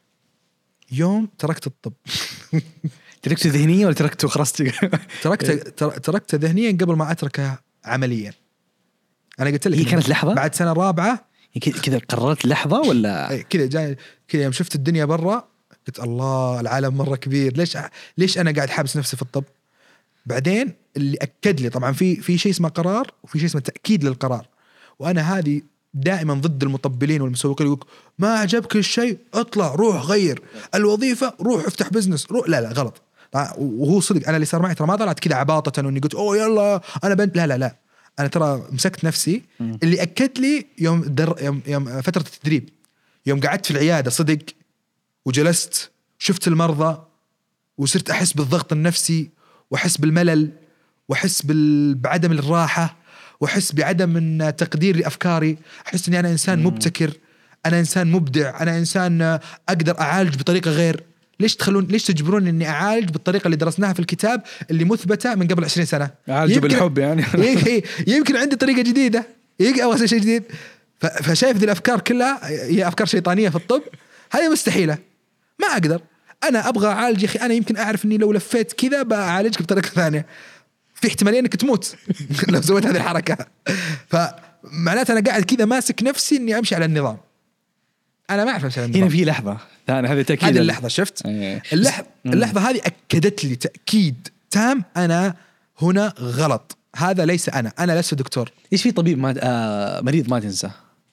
يوم تركت الطب. تركته ذهنيا ولا تركته خرست؟ تركت تركت ذهنيا قبل ما أتركه عمليا. أنا قلت لك هي كانت لحظة بعد سنة رابعة كذا قررت لحظة ولا كذا جاي كذا يوم شفت الدنيا برا قلت الله العالم مرة كبير. ليش ليش أنا قاعد حابس نفسي في الطب؟ بعدين اللي أكد لي طبعا في في شيء اسمه قرار وفي شيء اسمه تأكيد للقرار. وأنا هذه دائما ضد المطبلين والمسوقين يقولك ما عجبك الشيء اطلع روح غير الوظيفة روح افتح بزنس روح. لا لا غلط. وهو صدق أنا اللي صار معي ترى ما طلعت كذا عباطة وإني قلت أوه يلا أنا بنت. لا لا لا أنا ترى مسكت نفسي. اللي أكد لي يوم در يوم, يوم فترة التدريب يوم قعدت في العيادة صدق وجلست شفت المرضى وصرت أحس بالضغط النفسي وأحس بالملل وأحس بعدم الراحة وأحس بعدم من تقدير لأفكاري. أحس أني أنا إنسان مبتكر أنا إنسان مبدع أنا إنسان أقدر أعالج بطريقة غير. ليش تخلون ليش تجبرون إني أعالج بالطريقة اللي درسناها في الكتاب اللي مثبتة من قبل عشرين سنة؟ أعالج بالحب يعني. يمكن عندي طريقة جديدة يمكن أول شيء جديد. فشايف ذي الأفكار كلها هي أفكار شيطانية في الطب هذه مستحيلة ما أقدر. أنا أبغى أعالج يا أخي أنا يمكن أعرف إني لو لفيت كذا بعالجك بطريقة ثانية. في احتمالية إنك تموت لو سويت هذه الحركة. فمعناته أنا قاعد كذا ماسك نفسي إني أمشي على النظام. أنا ما أعرف أمشي على النظام. هنا في لحظة ثانية هذا تأكيد. هذه اللحظة شفت اللحظة اللحظة هذه أكدت لي تأكيد تام أنا هنا غلط. هذا ليس أنا أنا لست دكتور. إيش في طبيب ما آه مريض ما تنسى؟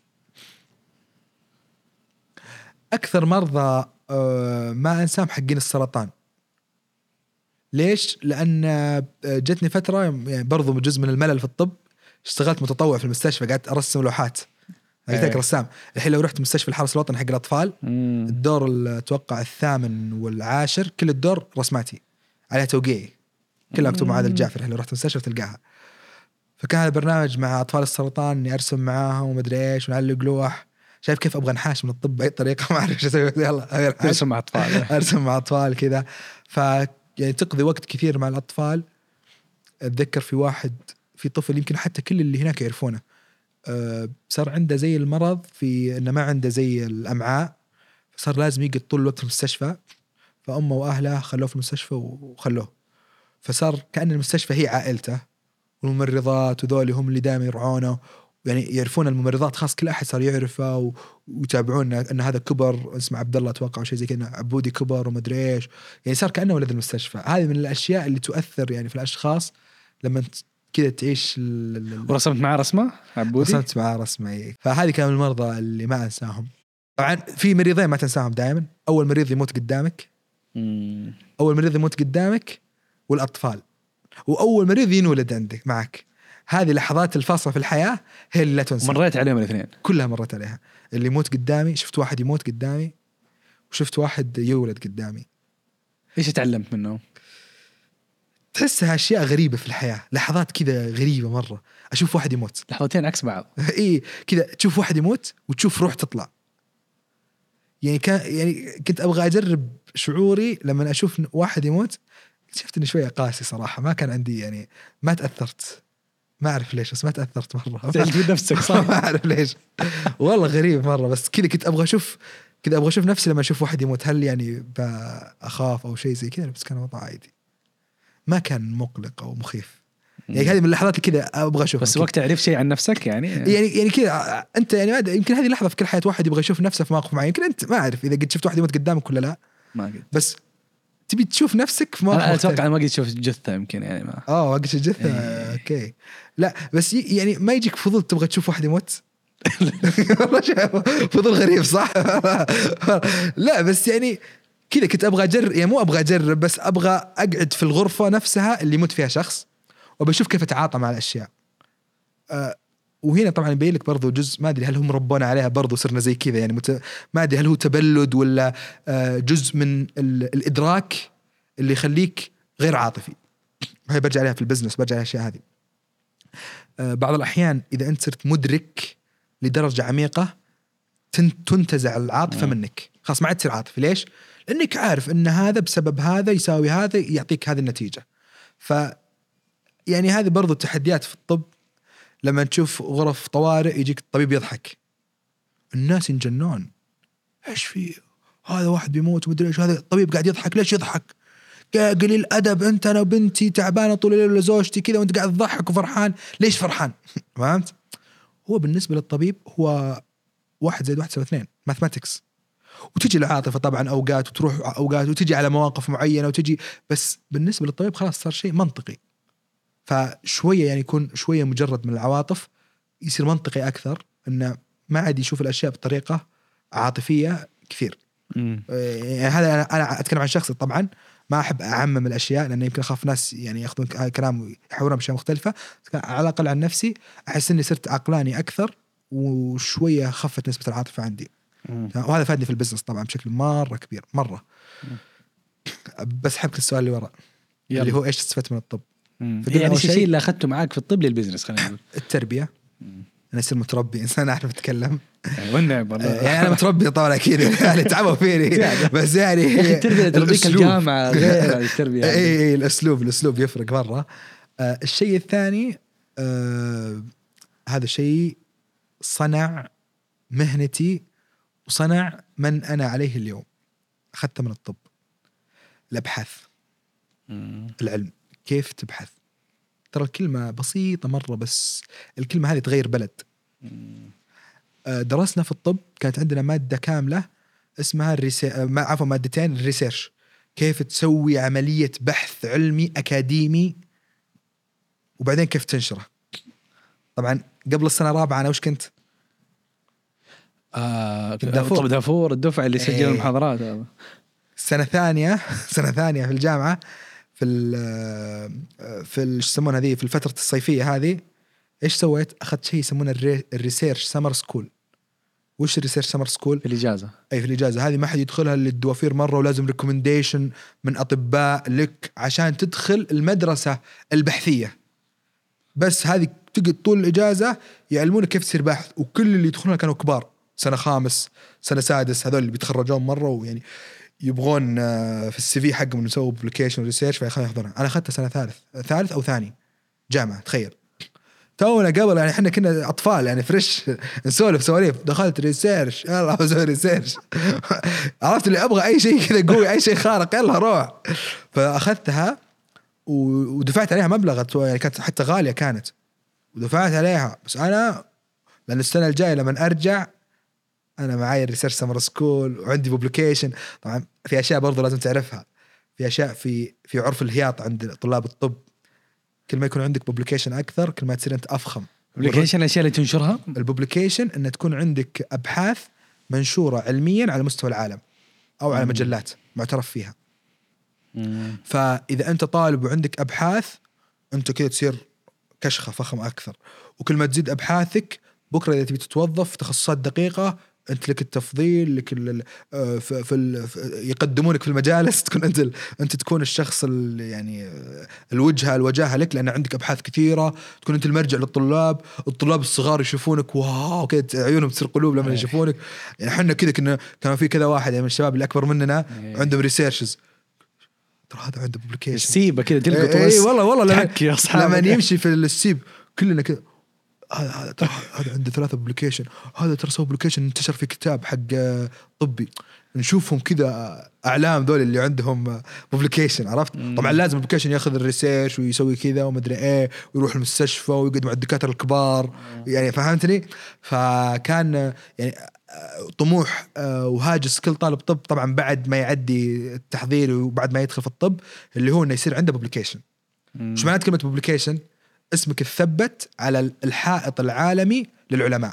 أكثر مرضى آه ما أنساهم حقين السرطان. ليش؟ لأن جتني فترة يعني برضو جزء من الملل في الطب اشتغلت متطوع في المستشفى، قعدت ارسم لوحات، قلت لك أيه. رسام. الحين لو رحت مستشفى الحرس الوطني حق الاطفال، مم. الدور اتوقع الثامن والعاشر كل الدور رسماتي عليها توقيعي، كلها مكتوب مع عادل الجعفر. لو رحت المستشفى تلقاها. فكان هذا البرنامج مع اطفال السرطان اني ارسم معاهم ومدري ايش ونعلق لوح. شايف كيف ابغى انحاش من الطب باي طريقه، ما اعرف ايش اسوي، يلا ارسم مع اطفال ارسم مع اطفال كذا. ف يعني تقضي وقت كثير مع الاطفال. اتذكر في واحد في طفل يمكن حتى كل اللي هناك يعرفونه، أه صار عنده زي المرض في انه ما عنده زي الامعاء، صار لازم يقعد طول الوقت في المستشفى. فامه واهله خلوه في المستشفى وخلوه، فصار كأن المستشفى هي عائلته، والممرضات وذولي هم اللي دائما يرعونه، يعني يعرفون الممرضات خاص، كل احد صار يعرفه ويتابعون ان هذا كبر، اسمه عبد الله اتوقع او شيء زي كذا، عبودي كبر ومدري ايش، يعني صار كأنه ولد المستشفى. هذه من الاشياء اللي تؤثر يعني في الاشخاص لما كذا تعيش. ورسمت معاه رسمه عبودي؟ رسمت معاه رسمه ايه. فهذه كانوا المرضى اللي ما انساهم. طبعا في مريضين ما تنساهم دائما، اول مريض يموت قدامك، مم. اول مريض يموت قدامك، والاطفال، واول مريض ينولد عندك معك. هذه لحظات الفاصله في الحياه هي اللي لا تنسى. مريت عليهم الاثنين كلها مرت عليها. اللي يموت قدامي، شفت واحد يموت قدامي وشفت واحد يولد قدامي. ايش تعلمت منهم؟ تحسها اشياء غريبه في الحياه، لحظات كذا غريبه مره. اشوف واحد يموت، لحظتين عكس بعض. اي كذا، تشوف واحد يموت وتشوف روح تطلع. يعني كان يعني كنت ابغى اجرب شعوري لما اشوف واحد يموت. شفت اني شويه قاسي صراحه، ما كان عندي يعني، ما تاثرت، ما أعرف ليش بس ما تأثرت مرة. زعلت من نفسك صح؟ ما أعرف ليش والله غريب مرة. بس كذا كنت أبغى أشوف، كذا أبغى أشوف نفسي لما أشوف واحد يموت، هل يعني بأخاف أو شيء زي كذا. بس كان وضع عادي، ما كان مقلق أو مخيف. يعني هذه من اللحظات اللي كذا أبغى أشوف. بس وقت تعرف شيء عن نفسك يعني يعني يعني كذا أنت يعني يمكن هذه لحظة في كل حياة واحد يبغى يشوف نفسه في موقف معين. يمكن أنت ما أعرف إذا قد شفت واحد يموت قدامك ولا لا، ما قد. بس تبي تشوف نفسك في موقف. أنا أتوقع ما قد شوف جثة يمكن يعني ما. آه وقت الجثة إيه. أوكي. لا بس يعني ما يجيك فضول تبغى تشوف واحد يموت؟ فضول غريب صح؟ لا بس يعني كذا كنت أبغى أجرب، يعني مو أبغى أجرب بس أبغى أقعد في الغرفة نفسها اللي يموت فيها شخص وبشوف كيف أتعاطى مع الأشياء. أه وهنا طبعا يبين لك برضو جزء، ما أدري هل هم ربونا عليها برضو صرنا زي كذا يعني مت... ما أدري هل هو تبلد ولا أه جزء من ال... الإدراك اللي يخليك غير عاطفي. هاي برجع عليها في البزنس، برجع عليها الأشياء هذه. أه بعض الأحيان إذا أنت صرت مدرك لدرجة عميقة تنتزع العاطفة منك، خلاص ما عاد تصير عاطفي. ليش؟ لأنك عارف أن هذا بسبب هذا يساوي هذا يعطيك هذه النتيجة. ف يعني هذه برضو التحديات في الطب. لما تشوف غرف طوارئ يجيك الطبيب يضحك، الناس ينجنون، إيش في هذا واحد بيموت ومدري إيش، هذا الطبيب قاعد يضحك، ليش يضحك؟ قليل أدب أنت، أنا وبنتي تعبانة طول الليل لزوجتي كذا وأنت قاعد تضحك وفرحان، ليش فرحان؟ فهمت؟ هو بالنسبة للطبيب هو واحد زائد واحد يساوي اثنين، ماثماتكس. وتجي العاطفة طبعا أوقات وتروح أوقات وتجي على مواقف معينة وتجي، بس بالنسبة للطبيب خلاص صار شيء منطقي. فشوية يعني يكون شوية مجرد من العواطف يصير منطقي أكثر، إنه ما عاد يشوف الأشياء بطريقة عاطفية كثير. يعني هذا أنا أنا أتكلم عن شخصي طبعا، ما أحب أعمم الأشياء لأن يمكن أخاف ناس يعني يأخذون كلام ويحولون بأشياء مختلفة. على الأقل عن نفسي أحس إني صرت عقلاني أكثر وشوية خفت نسبة العاطفة عندي. وهذا فادني في البزنس طبعا بشكل مرة كبير مرة. بس حبك السؤال اللي وراء اللي هو إيش استفدت من الطب؟ يعني الشيء اللي أخذته معاك في الطب للبزنس خلينا نقول التربية. أنا أصير متربي إنسان أعرف أتكلم والنعم والله. يعني أنا متربي طبعا أكيد يعني تعبوا فيني بس يعني التربية تربيك الجامعة غير التربية. إيه إيه الأسلوب الأسلوب يفرق مرة. آه الشيء الثاني آه هذا شيء صنع مهنتي وصنع من أنا عليه اليوم. أخذته من الطب، الأبحاث، العلم، كيف تبحث. ترى الكلمة بسيطة مرة بس الكلمة هذه تغير بلد. درسنا في الطب كانت عندنا مادة كاملة اسمها الريسير... عفوا مادتين الريسيرش، كيف تسوي عملية بحث علمي أكاديمي وبعدين كيف تنشره. طبعا قبل السنة الرابعة أنا وش كنت؟ آه دافور. دافور الدفعة اللي سجل المحاضرات هذا. سنة ثانية سنة ثانية في الجامعة في ال في ال يسمونها هذه في الفترة الصيفية هذه ايش سويت؟ اخذت شيء يسمونه الريسيرش سمر سكول. وش الريسيرش سمر سكول؟ في الاجازه. اي في الاجازه هذه ما حد يدخلها الا الدوافير مره، ولازم ريكومنديشن من اطباء لك عشان تدخل المدرسه البحثيه. بس هذه تقعد طول الاجازه يعلمونك كيف تصير باحث، وكل اللي يدخلونها كانوا كبار، سنه خامس سنه سادس، هذول اللي بيتخرجون مره ويعني يبغون في السي في حقهم يسووا ابلكيشن ريسيرش فيخلون ياخذونها. انا اخذتها سنه ثالث ثالث او ثاني جامعه، تخيل تونا قبل يعني احنا كنا اطفال يعني فريش نسولف سواليف، دخلت ريسيرش يلا اسوي ريسيرش عرفت اللي ابغى اي شيء كذا قوي اي شيء خارق يلا روح. فاخذتها ودفعت عليها مبلغ يعني كانت حتى غاليه كانت ودفعت عليها. بس انا لان السنه الجايه لما ارجع انا معاي الريسيرش سمر سكول وعندي بوبليكيشن. طبعا في اشياء برضو لازم تعرفها، في اشياء في في عرف الهياط عند طلاب الطب، كل ما يكون عندك بوبليكيشن اكثر كل ما تصير انت افخم. بوبليكيشن الاشياء اللي تنشرها، البوبليكيشن ان تكون عندك ابحاث منشوره علميا على مستوى العالم او على مجلات معترف فيها. مم. فاذا انت طالب وعندك ابحاث انت كذا تصير كشخه فخم اكثر، وكل ما تزيد ابحاثك بكره اذا تبي تتوظف في تخصصات دقيقه انت لك التفضيل لك في, في يقدمونك في المجالس تكون انت انت تكون الشخص يعني الوجهه الوجاهه لك لان عندك ابحاث كثيره، تكون انت المرجع للطلاب. الطلاب الصغار يشوفونك واو كذا عيونهم تصير قلوب لما يشوفونك. يعني احنا كذا كنا كان في كذا واحد يعني من الشباب اللي اكبر مننا عندهم ريسيرشز، ترى هذا عنده بوبليكيشن السيبه كذا تلقط. اي والله والله لما, لما يمشي في السيب كلنا كذا هذا هذا هذا عنده ثلاثة بوبليكيشن، هذا ترى سوى بوبليكيشن انتشر في كتاب حق طبي. نشوفهم كذا اعلام ذول اللي عندهم بوبليكيشن عرفت. مم. طبعا لازم البوبليكيشن ياخذ الريسيرش ويسوي كذا ومدري ايه ويروح المستشفى ويقعد مع الدكاتره الكبار. مم. يعني فهمتني. فكان يعني طموح وهاجس كل طالب طب طبعا بعد ما يعدي التحضير وبعد ما يدخل في الطب اللي هو انه يصير عنده بوبليكيشن. ايش معنات كلمه بوبليكيشن؟ اسمك الثبت على الحائط العالمي للعلماء.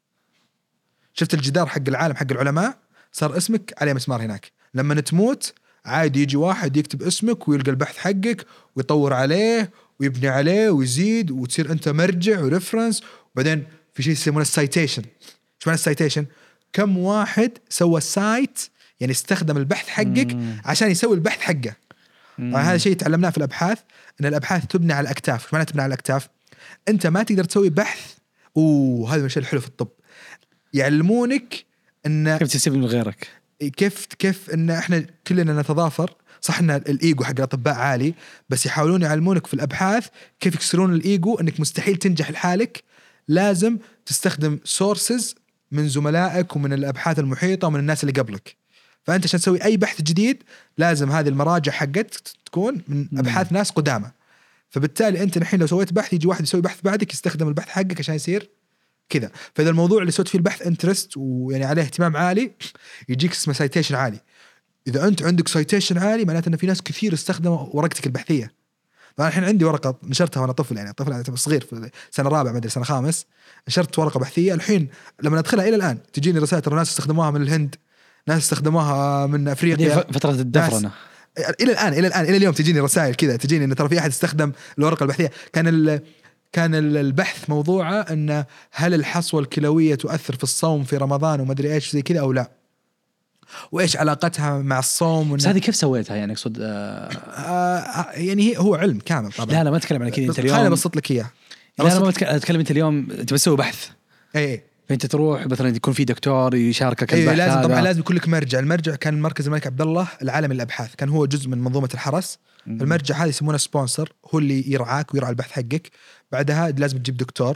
شفت الجدار حق العالم حق العلماء صار اسمك عليه مسمار هناك. لما تموت عادي يجي واحد يكتب اسمك ويلقى البحث حقك ويطور عليه ويبني عليه ويزيد وتصير انت مرجع وريفرنس. وبعدين في شيء يسمونه السايتيشن. ايش معنى السايتيشن؟ كم واحد سوى سايت يعني استخدم البحث حقك مم. عشان يسوي البحث حقه. هذا شيء تعلمناه في الابحاث ان الابحاث تبني على الاكتاف. ايش معنى تبني على الاكتاف؟ انت ما تقدر تسوي بحث وهذا من الشيء الحلو في الطب يعلمونك ان كيف تستفيد من غيرك، كيف كيف ان احنا كلنا نتضافر. صح ان الايجو حق الاطباء عالي بس يحاولون يعلمونك في الابحاث كيف يكسرون الايجو انك مستحيل تنجح لحالك، لازم تستخدم سورسز من زملائك ومن الابحاث المحيطه ومن الناس اللي قبلك. فانت عشان تسوي اي بحث جديد لازم هذه المراجع حقتك تكون من ابحاث ناس قدامى. فبالتالي انت الحين لو سويت بحث يجي واحد يسوي بحث بعدك يستخدم البحث حقك عشان يصير كذا. فاذا الموضوع اللي سويت فيه البحث انترست ويعني عليه اهتمام عالي يجيك اسمه سايتيشن عالي. اذا انت عندك سايتيشن عالي معناته ان في ناس كثير استخدموا ورقتك البحثيه. فانا الحين عندي ورقه نشرتها وانا طفل يعني طفل يعني صغير في سنه رابع ما ادري سنه خامس نشرت ورقه بحثيه. الحين لما ادخلها الى الان تجيني رسائل ترى ناس استخدموها من الهند، ناس استخدموها من افريقيا فتره الدفرنه الى الان الى الان الى اليوم تجيني رسائل كذا تجيني ان ترى في احد استخدم الورقه البحثيه. كان ال كان البحث موضوعه ان هل الحصوه الكلويه تؤثر في الصوم في رمضان وما ادري ايش زي كذا او لا، وايش علاقتها مع الصوم. بس هذه كيف سويتها يعني اقصد آه آه يعني هو علم كامل طبعا. لا لا ما اتكلم عن كذا انت اليوم. خليني ابسط لك اياه. لا لا ما اتكلم انت اليوم تبي تسوي بحث اي اي فانت تروح مثلا يكون في دكتور يشاركك البحث. إيه لازم هذا. طبعا لازم يكون لك مرجع. المرجع كان مركز الملك عبد الله العالمي للابحاث، كان هو جزء من منظومه الحرس. م- المرجع هذا يسمونه سبونسر، هو اللي يرعاك ويرعى البحث حقك. بعدها لازم تجيب دكتور.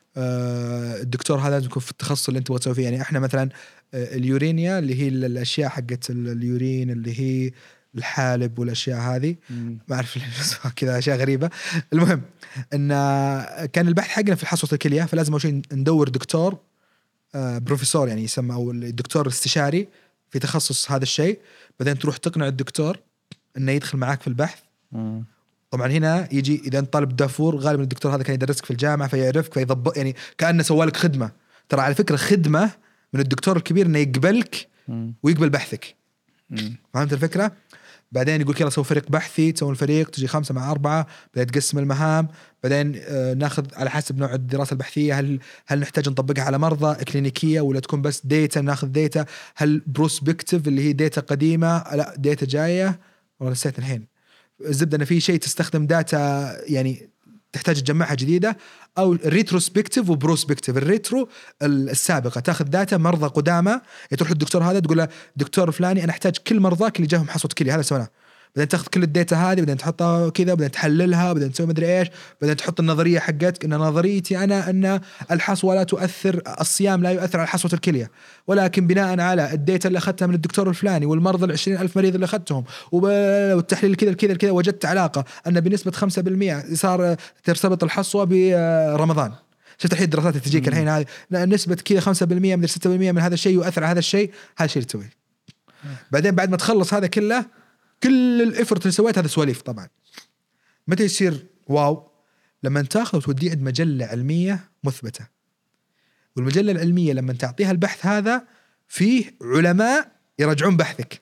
آه الدكتور هذا لازم يكون في التخصص اللي انت تبغى تسوي فيه. يعني احنا مثلا آه اليورينيا اللي هي الاشياء حقت اليورين اللي هي الحالب والاشياء هذه ما اعرف كذا اشياء غريبه. المهم ان كان البحث حقنا في حصوه الكليه، فلازم اول شيء ندور دكتور آه بروفيسور يعني يسمى او الدكتور الاستشاري في تخصص هذا الشيء. بعدين تروح تقنع الدكتور انه يدخل معاك في البحث. م. طبعا هنا يجي اذا انت طالب دافور غالبا الدكتور هذا كان يدرسك في الجامعه فيعرفك فيضبط يعني كانه سوالك خدمه. ترى على فكره خدمه من الدكتور الكبير انه يقبلك م. ويقبل بحثك. م. فهمت الفكره؟ بعدين يقول يلا سوي فريق بحثي، تسوون الفريق تجي خمسة مع أربعة، بعدين تقسم المهام، بعدين آه ناخذ على حسب نوع الدراسة البحثية، هل هل نحتاج نطبقها على مرضى إكلينيكية ولا تكون بس ديتا، ناخذ ديتا، هل بروسبكتيف اللي هي ديتا قديمة، لا ديتا جاية، والله نسيت الحين. الزبدة أن في شيء تستخدم داتا يعني تحتاج تجمعها جديدة، أو ريتروسبكتيف وبروسبكتيف. الريترو السابقة تاخذ داتا مرضى قدامى، تروح للدكتور هذا تقول له دكتور فلاني أنا أحتاج كل مرضاك اللي جاهم حصوة كلي، هذا سويناه. بعدين تاخذ كل الداتا هذه، بعدين تحطها كذا، بعدين تحللها، بعدين تسوي مدري إيش، بعدين تحط النظرية حقتك إن نظريتي أنا أن الحصوة لا تؤثر، الصيام لا يؤثر على حصوة الكلية، ولكن بناء على الداتا اللي أخذتها من الدكتور الفلاني والمرضى العشرين ألف مريض اللي أخذتهم والتحليل كذا كذا كذا، وجدت علاقة أن بنسبة خمسة بالمئة صار ترتبط الحصوة برمضان. شفت الحين الدراسات اللي تجيك الحين هذه نسبة كذا خمسة بالمئة من ستة بالمئة من هذا الشيء يؤثر على هذا الشيء، هذا الشيء اللي تسويه. بعدين بعد ما تخلص هذا كله، كل الإفرت اللي سويت هذا سواليف طبعا. متى يصير واو؟ لما تاخذ وتوديه عند مجلة علمية مثبتة، والمجلة العلمية لما تعطيها البحث هذا فيه علماء يراجعون بحثك.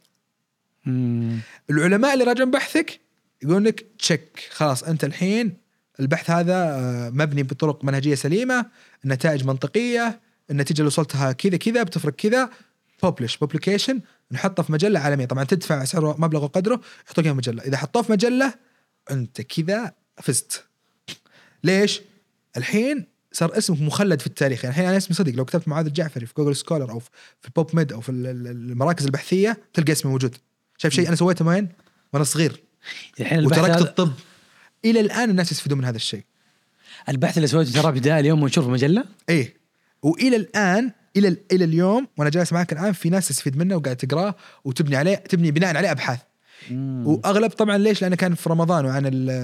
مم. العلماء اللي يراجعون بحثك يقولون لك تشيك، خلاص أنت الحين البحث هذا مبني بطرق منهجية سليمة، النتائج منطقية، النتيجة اللي وصلتها كذا كذا بتفرق كذا، publish publication، نحطه في مجلة عالمية. طبعا تدفع سعره مبلغ وقدره، يحطوه في مجلة. إذا حطوه في مجلة أنت كذا فزت. ليش؟ الحين صار اسمك مخلد في التاريخ. يعني الحين أنا اسمي صدق، لو كتبت معاذ الجعفري في جوجل سكولر أو في بوب ميد أو في المراكز البحثية تلقى اسمي موجود. شايف شيء أنا سويته وين وأنا صغير، وتركت الطب. إلى الآن الناس يستفيدون من هذا الشيء. البحث اللي سويته ترى بداية اليوم ونشوف مجلة. إيه، وإلى الآن إلى إلى اليوم وأنا جالس معك الآن في ناس تستفيد منه وقاعد تقراه وتبني عليه، تبني بناء عليه أبحاث. مم. وأغلب طبعا ليش؟ لأنه كان في رمضان وعن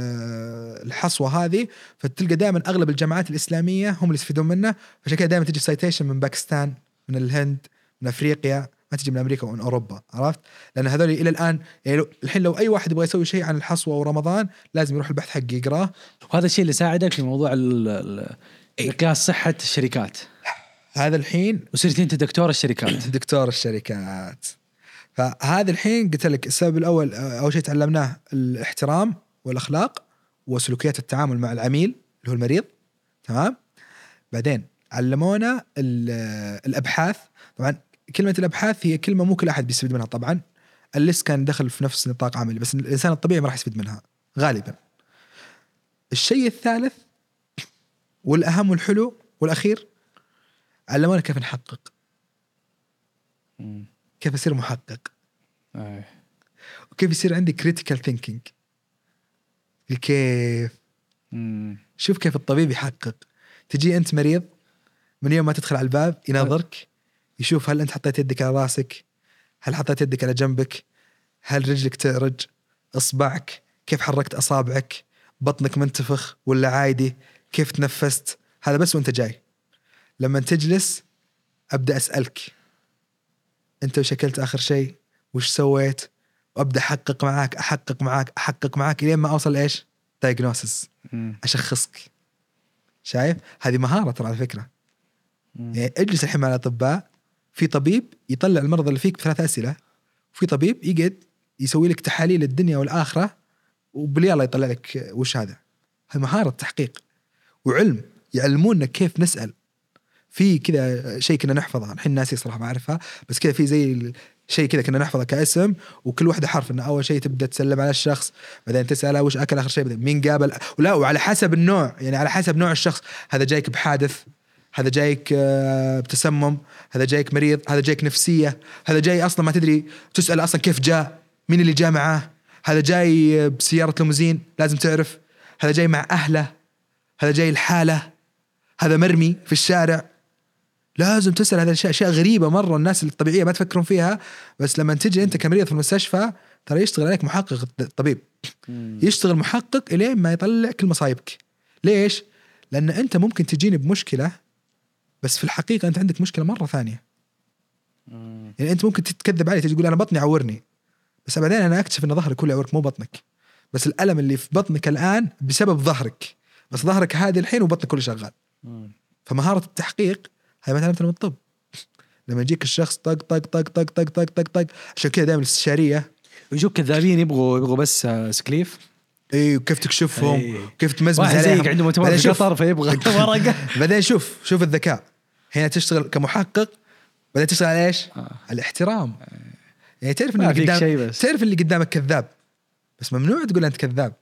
الحصوة هذه، فتلقى دائما أغلب الجامعات الإسلامية هم اللي يستفيدون منه، فعشان كده دائما تجي سايتيشن من باكستان، من الهند، من أفريقيا، ما تجي من أمريكا ومن أوروبا. عرفت؟ لأن هذول إلى الآن يعني الحين لو أي واحد يبغى يسوي شيء عن الحصوة ورمضان لازم يروح البحث حقه يقراه. وهذا الشيء اللي يساعدك في موضوع قياس صحة الشركات. هذا الحين وصرت أنت دكتور الشركات. دكتور الشركات. فهذا الحين قلت لك السبب الأول، أول شيء تعلمناه الاحترام والأخلاق وسلوكيات التعامل مع العميل اللي هو المريض. تمام. بعدين علمونا الأبحاث. طبعا كلمة الأبحاث هي كلمة مو كل أحد بيستفيد منها طبعا، الليست كان دخل في نفس نطاق عملي، بس الإنسان الطبيعي ما راح يستفيد منها غالبا. الشيء الثالث والأهم والحلو والأخير، علمونا كيف نحقق، كيف أصير محقق، أيه. وكيف يصير عندي critical thinking. كيف مم. شوف كيف الطبيب يحقق. تجي أنت مريض، من يوم ما تدخل على الباب يناظرك، يشوف هل أنت حطيت يدك على راسك، هل حطيت يدك على جنبك، هل رجلك تعرج، إصبعك كيف حركت أصابعك، بطنك منتفخ ولا عادي، كيف تنفست. هذا بس وأنت جاي. لما تجلس أبدأ أسألك أنت وش أكلت آخر شيء، وش سويت، وأبدأ أحقق معاك أحقق معاك أحقق معاك إلين ما أوصل إيش diagnosis، أشخصك. شايف؟ هذه مهارة ترى على فكرة. يعني اجلس الحين مع الأطباء، في طبيب يطلع المرض اللي فيك بثلاث أسئلة، وفي طبيب يقعد يسوي لك تحاليل الدنيا والآخرة وباليلا يطلع لك وش هذا. هذه مهارة تحقيق وعلم، يعلموننا كيف نسأل. في كذا شيء كنا نحفظها الحين ناسي صراحة ما أعرفها، بس كذا في زي شيء كذا كنا نحفظه كاسم، وكل واحدة حرف. إن أول شيء تبدأ تسلم على الشخص، بعدين تسأله وش أكل آخر شيء، بعدين مين قابل، ولا وعلى حسب النوع، يعني على حسب نوع الشخص. هذا جايك بحادث، هذا جايك بتسمم، هذا جايك مريض، هذا جايك نفسية، هذا جاي أصلا ما تدري تسأل أصلا كيف جاء، مين اللي جاء معاه، هذا جاي بسيارة ليموزين لازم تعرف، هذا جاي مع أهله، هذا جاي الحالة، هذا مرمي في الشارع. لازم تسأل هذه الأشياء، أشياء غريبة مرة الناس الطبيعية ما تفكرون فيها، بس لما تجي أنت كمريض في المستشفى ترى يشتغل عليك محقق. الطبيب يشتغل محقق إلين ما يطلع كل مصايبك. ليش؟ لأن أنت ممكن تجيني بمشكلة، بس في الحقيقة أنت عندك مشكلة مرة ثانية. يعني أنت ممكن تتكذب علي، تقول أنا بطني عورني، بس بعدين أنا أكتشف أن ظهرك كله عورك مو بطنك، بس الألم اللي في بطنك الآن بسبب ظهرك، بس ظهرك هذه الحين وبطنك كله شغال. فمهارة التحقيق هاي ما تعلمتها من الطب. لما يجيك الشخص طق طق طق طق طق طق طق طق. عشان كذا دائما الاستشارية ويجوك كذابين يبغوا يبغوا بس سكليف. اي وكيف تكشفهم أي. كيف تمزمز واحد عليهم. زيك عنده مؤتمر في قطر فيبغى ورقة. بعدين شوف شوف الذكاء هنا تشتغل كمحقق، بعدين تشتغل على ايش؟ آه. الاحترام. يعني تعرف ان ما اللي فيك شي قدام بس. تعرف اللي قدامك كذاب، بس ممنوع تقول انت كذاب.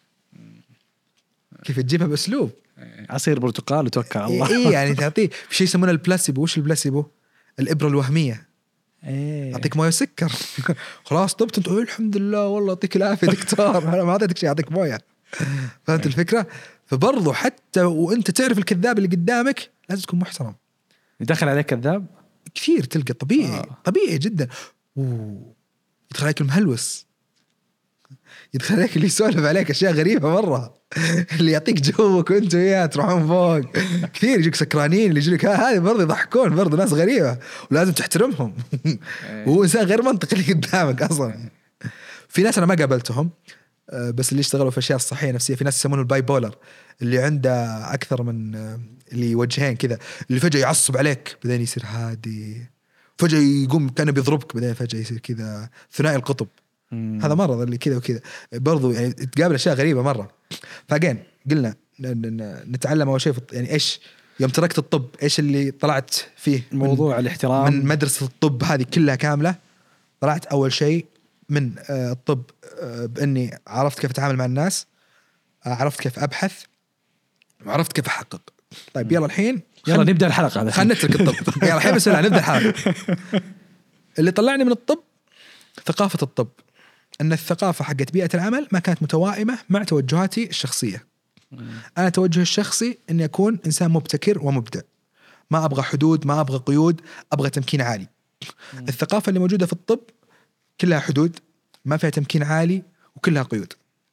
كيف تجيبها باسلوب عصير برتقال وتوكل على الله. اي يعني تعطيه في شيء يسمونه البلاسيبو. وش البلاسيبو؟ الابره الوهميه. إيه. اعطيك مويه سكر خلاص طبت انت الحمد لله والله يعطيك العافيه دكتور انا ما اعطيتك شيء اعطيك مويه. فهمت الفكره؟ فبرضه حتى وانت تعرف الكذاب اللي قدامك لازم تكون محترم. يدخل عليك كذاب كثير تلقى طبيعي آه. طبيعي جدا. أوه. يدخل عليك المهلوس، يدخل عليك اللي يسولف عليك اشياء غريبه مره، اللي يعطيك جوك وانت وياه تروحون فوق. كثير يجيك سكرانين اللي يجيك هذه برضه يضحكون برضه ناس غريبه ولازم تحترمهم. وهو انسان غير منطقي اللي قدامك اصلا. في ناس انا ما قابلتهم بس اللي يشتغلوا في اشياء الصحيه نفسيه، في ناس يسمونه الباي بولر اللي عنده اكثر من اللي وجهين كذا، اللي فجاه يعصب عليك بعدين يصير هادي، فجاه يقوم كانه بيضربك بعدين فجاه يصير كذا ثنائي القطب. مم. هذا مرض اللي كذا وكذا برضو، يعني تقابل اشياء غريبه مره. فاجين قلنا نتعلم اول شيء يعني ايش يوم تركت الطب ايش اللي طلعت فيه موضوع الاحترام من مدرسه الطب هذه كلها كامله. طلعت اول شيء من الطب باني عرفت كيف اتعامل مع الناس، عرفت كيف ابحث، وعرفت كيف احقق. طيب يلا الحين يلا خل... نبدا الحلقه هذا. خلينا نترك الطب يلا الحين بس نبدا الحلقه. اللي طلعني من الطب ثقافه الطب، أن الثقافة حقت بيئة العمل ما كانت متوائمة مع توجهاتي الشخصية. أنا توجه الشخصي أني أكون إنسان مبتكر ومبدع، ما أبغى حدود، ما أبغى قيود، أبغى تمكين عالي. الثقافة اللي موجودة في الطب كلها حدود، ما فيها تمكين عالي وكلها قيود.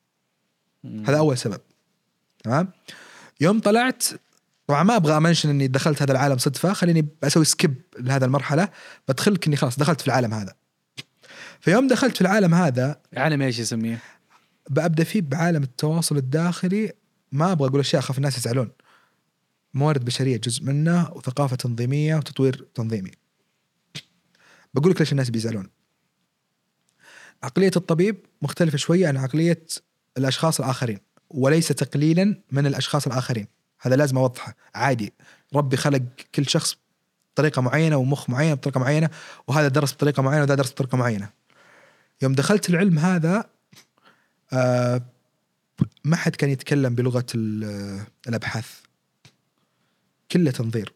هذا أول سبب. تمام. يوم طلعت طبعا ما أبغى أمنشن أني دخلت هذا العالم صدفة، خليني أسوي سكيب لهذا المرحلة، بدخلك أني خلاص دخلت في العالم هذا. فيوم دخلت في العالم هذا، عالم ايش يسميه؟ بأبدأ فيه بعالم التواصل الداخلي. ما أبغى أقول أشياء أخاف الناس يزعلون. موارد بشرية جزء منه، وثقافة تنظيمية وتطوير تنظيمي. بقول لك ليش الناس بيزعلون. عقلية الطبيب مختلفة شوية عن عقلية الأشخاص الآخرين، وليس تقليلا من الأشخاص الآخرين. هذا لازم أوضحه. عادي، ربي خلق كل شخص بطريقة معينة ومخ معين بطريقة معينة، وهذا درس بطريقة معينة وهذا درس بطريقة معينة. يوم دخلت العلم هذا آه ما حد كان يتكلم بلغة الأبحاث، كله تنظير.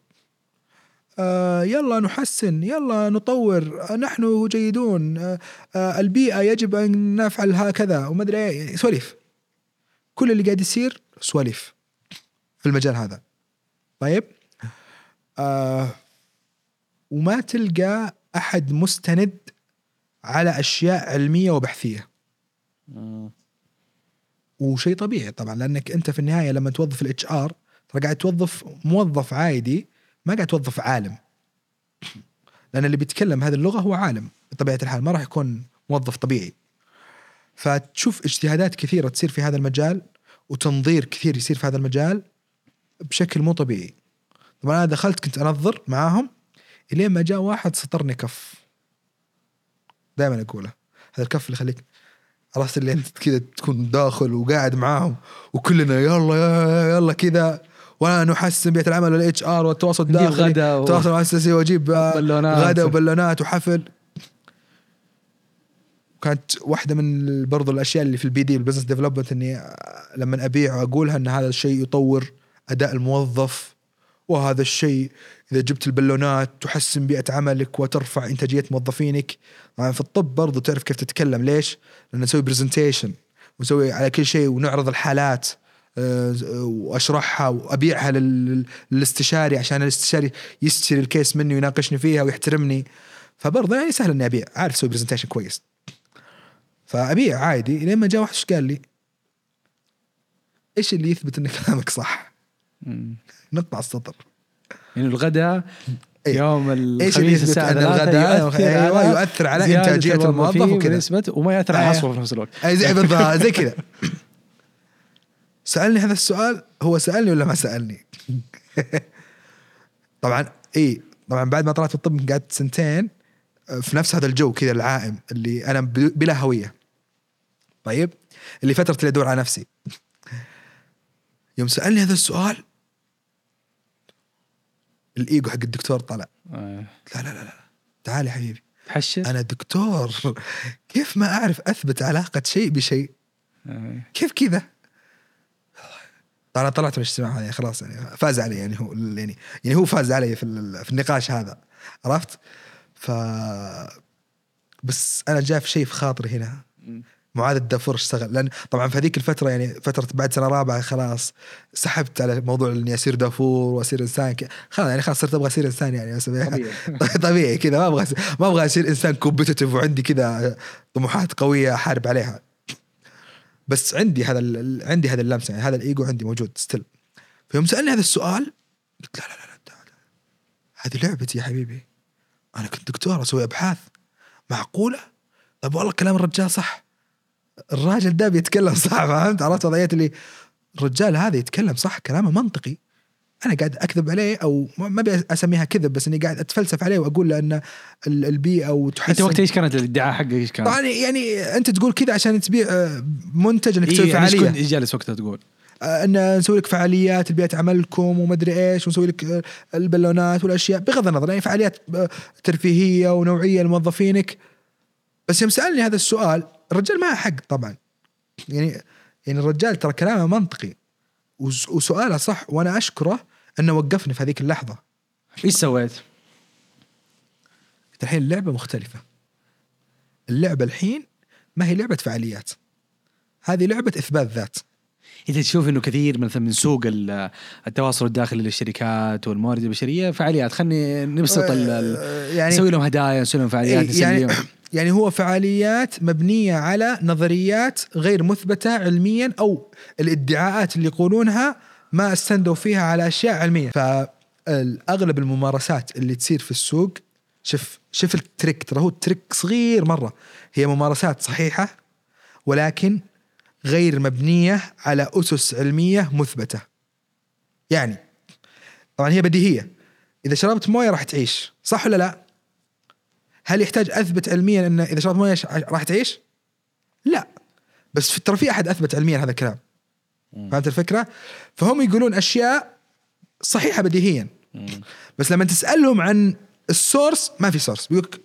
آه يلا نحسن، يلا نطور، نحن جيدون، آه آه البيئة يجب أن نفعل هكذا وما أدري إيه، سواليف. كل اللي قاعد يصير سواليف في المجال هذا. طيب آه وما تلقى أحد مستند على أشياء علمية وبحثية. وشيء طبيعي طبعا، لأنك أنت في النهاية لما توظف الاتش ار ترى قاعد توظف موظف عادي، ما قاعد توظف عالم. لأن اللي بيتكلم هذه اللغة هو عالم بطبيعة الحال، ما راح يكون موظف طبيعي. فتشوف اجتهادات كثيرة تصير في هذا المجال، وتنظير كثير يصير في هذا المجال بشكل مو طبيعي. طبعا أنا دخلت كنت أنظر معاهم إلين ما جاء واحد سطرني كف. دائما أقوله هذا الكف اللي يخليك عرفت اللي أنت كذا تكون داخل وقاعد معاهم وكلنا يلا يلا, يلا كذا، وأنا نحسن بيئة العمل والإتش آر والتواصل الداخلي التواصل المؤسسي، وأجيب غدا وبلونات وحفل. كانت واحدة من برضو الأشياء اللي في البي دي البزنس ديفلوبمنت إني لما أبيع أقولها أن هذا الشيء يطور أداء الموظف، وهذا الشيء إذا جبت البلونات تحسن بيئة عملك وترفع إنتاجية موظفينك. يعني في الطب برضو تعرف كيف تتكلم. ليش؟ لأن نسوي برزنتيشن ونسوي على كل شيء ونعرض الحالات وأشرحها وأبيعها للاستشاري عشان الاستشاري يستشري الكيس مني ويناقشني فيها ويحترمني. فبرضو يعني سهل إني أبيع، عارف أسوي برزنتيشن كويس، فأبيع عادي. لما جاء واحد قال لي إيش اللي يثبت إن كلامك صح؟ نقطع السطر. يعني الغداء يوم الخميس الساعة ثلاثة يؤثر, أيوة يؤثر على إنتاجية الموظف وكذا، وما يأثر على حصوه في نفس الوقت. أي زي بالضبط زي كذا. سألني هذا السؤال، هو سألني ولا ما سألني؟ طبعا إيه طبعا بعد ما طلعت الطب قعدت سنتين في نفس هذا الجو كذا العائم اللي أنا بلا هوية. طيب اللي فترة اللي أدور على نفسي، يوم سألني هذا السؤال الإيجو حق الدكتور طلع. آه. لا لا لا لا تعال يا حبيبي تحشر أنا دكتور، كيف ما أعرف أثبت علاقة شيء بشيء؟ آه. كيف كذا؟ طبعا طلعت من الاجتماع يعني خلاص يعني فاز علي، يعني هو يعني يعني هو فاز علي في في النقاش هذا، عرفت؟ ف بس أنا جاء في شيء في خاطري هنا، معاذ دافور اشتغل، لأن طبعا في هذيك الفترة يعني فترة بعد سنة رابعة خلاص سحبت على موضوع إني أصير دافور وأصير إنسان ك... خلاص يعني خلاص صرت أبغى أصير إنسان يعني طبيعي طبيعي كذا، ما أبغى ما أبغى أصير إنسان كومبيتيتيف وعندي كذا طموحات قوية أحارب عليها. بس عندي هذا ال... عندي هذا اللمسة يعني، هذا الإيجو عندي موجود ستيل. فيوم سألني هذا السؤال قلت لا لا لا, لا, لا. هذه لعبتي يا حبيبي، أنا كنت دكتور أسوي أبحاث، معقولة؟ طب والله كلام الرجال صح، الراجل ده بيتكلم صح، فهمت؟ عرفت وضعية اللي الرجال هذا يتكلم صح، كلامه منطقي، أنا قاعد أكذب عليه أو ما أبي أسميها كذب، بس إني قاعد أتفلسف عليه وأقول لأن البيئة وتحسن. أنت وقت إيش كانت الادعاء حقك إيش كان؟ طبعا يعني أنت تقول كذا عشان تبيع منتج إنك تسوي إيه فعالية. كنت إيش جالس وقتها تقول؟ أن نسوي لك فعاليات البيئة عملكم ومدري إيش، ونسوي لك البالونات والأشياء، بغض النظر يعني فعاليات ترفيهية ونوعية لموظفينك. بس يوم سألني هذا السؤال الرجال ما حق طبعا، يعني يعني الرجال ترى كلامه منطقي وسؤاله صح، وأنا أشكره أنه وقفني في هذيك اللحظة. إيش سويت؟ الحين اللعبة مختلفة، اللعبة الحين ما هي لعبة فعاليات، هذه لعبة إثبات ذات. أنت تشوف إنه كثير مثلا من سوق التواصل الداخلي للشركات والموارد البشرية فعاليات، خلني نبسط يعني نسوي لهم هدايا، نسوي لهم فعاليات يعني, يعني هو فعاليات مبنية على نظريات غير مثبتة علميا، أو الادعاءات اللي يقولونها ما استندوا فيها على أشياء علمية. فأغلب الممارسات اللي تصير في السوق، شوف شوف التريك، ترى هو التريك صغير مرة، هي ممارسات صحيحة ولكن غير مبنية على أسس علمية مثبتة. يعني طبعا هي بديهية، إذا شربت موية راح تعيش، صح ولا لا؟ هل يحتاج أثبت علميا أن إذا شربت موية راح تعيش؟ لا، بس ترى في أحد أثبت علميا هذا الكلام. فهمت الفكرة؟ فهم يقولون أشياء صحيحة بديهيا، بس لما تسألهم عن السورس ما في سورس. بيقولك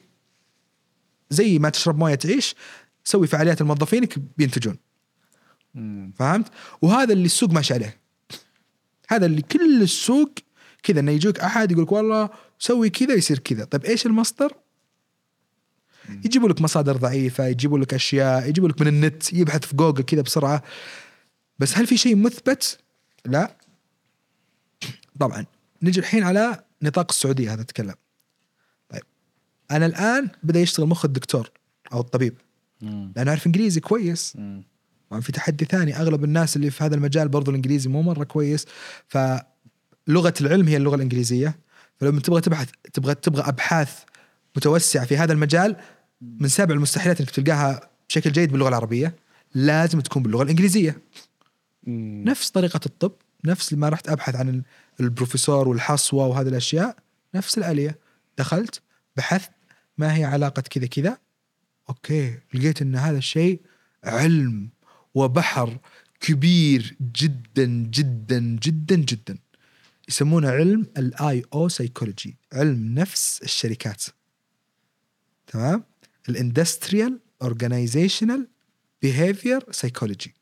زي ما تشرب موية تعيش، سوي فعاليات الموظفينك بينتجون. فهمت؟ وهذا اللي السوق ماشي عليه، هذا اللي كل السوق كذا، انه يجيك احد يقولك والله سوي كذا يصير كذا. طيب ايش المصدر؟ يجيبوا لك مصادر ضعيفة، يجيبوا لك اشياء، يجيبوا لك من النت، يبحث في جوجل كذا بسرعة، بس هل في شيء مثبت؟ لا. طبعا نجي الحين على نطاق السعودية، هذا اتكلم. طيب انا الان بدأ يشتغل مخ الدكتور او الطبيب، لانه اعرف انجليزي كويس. في تحدي ثاني، أغلب الناس اللي في هذا المجال برضو الإنجليزي مو مرة كويس، فلغة العلم هي اللغة الإنجليزية. فلما تبغى تبحث تبغى تبغى أبحاث متوسعة في هذا المجال، من سابع المستحيلات إنك تلقاها بشكل جيد باللغة العربية، لازم تكون باللغة الإنجليزية. مم. نفس طريقة الطب، نفس ما رحت أبحث عن البروفيسور والحصوة وهذه الأشياء، نفس الآلية. دخلت بحثت ما هي علاقة كذا كذا، أوكي لقيت إن هذا الشيء علم وبحر كبير جدا جدا جدا جدا، يسمونه علم الاي او سايكولوجي، علم نفس الشركات. تمام؟ الاندستريال اورجانيزيشنال بيهيفير سايكولوجي.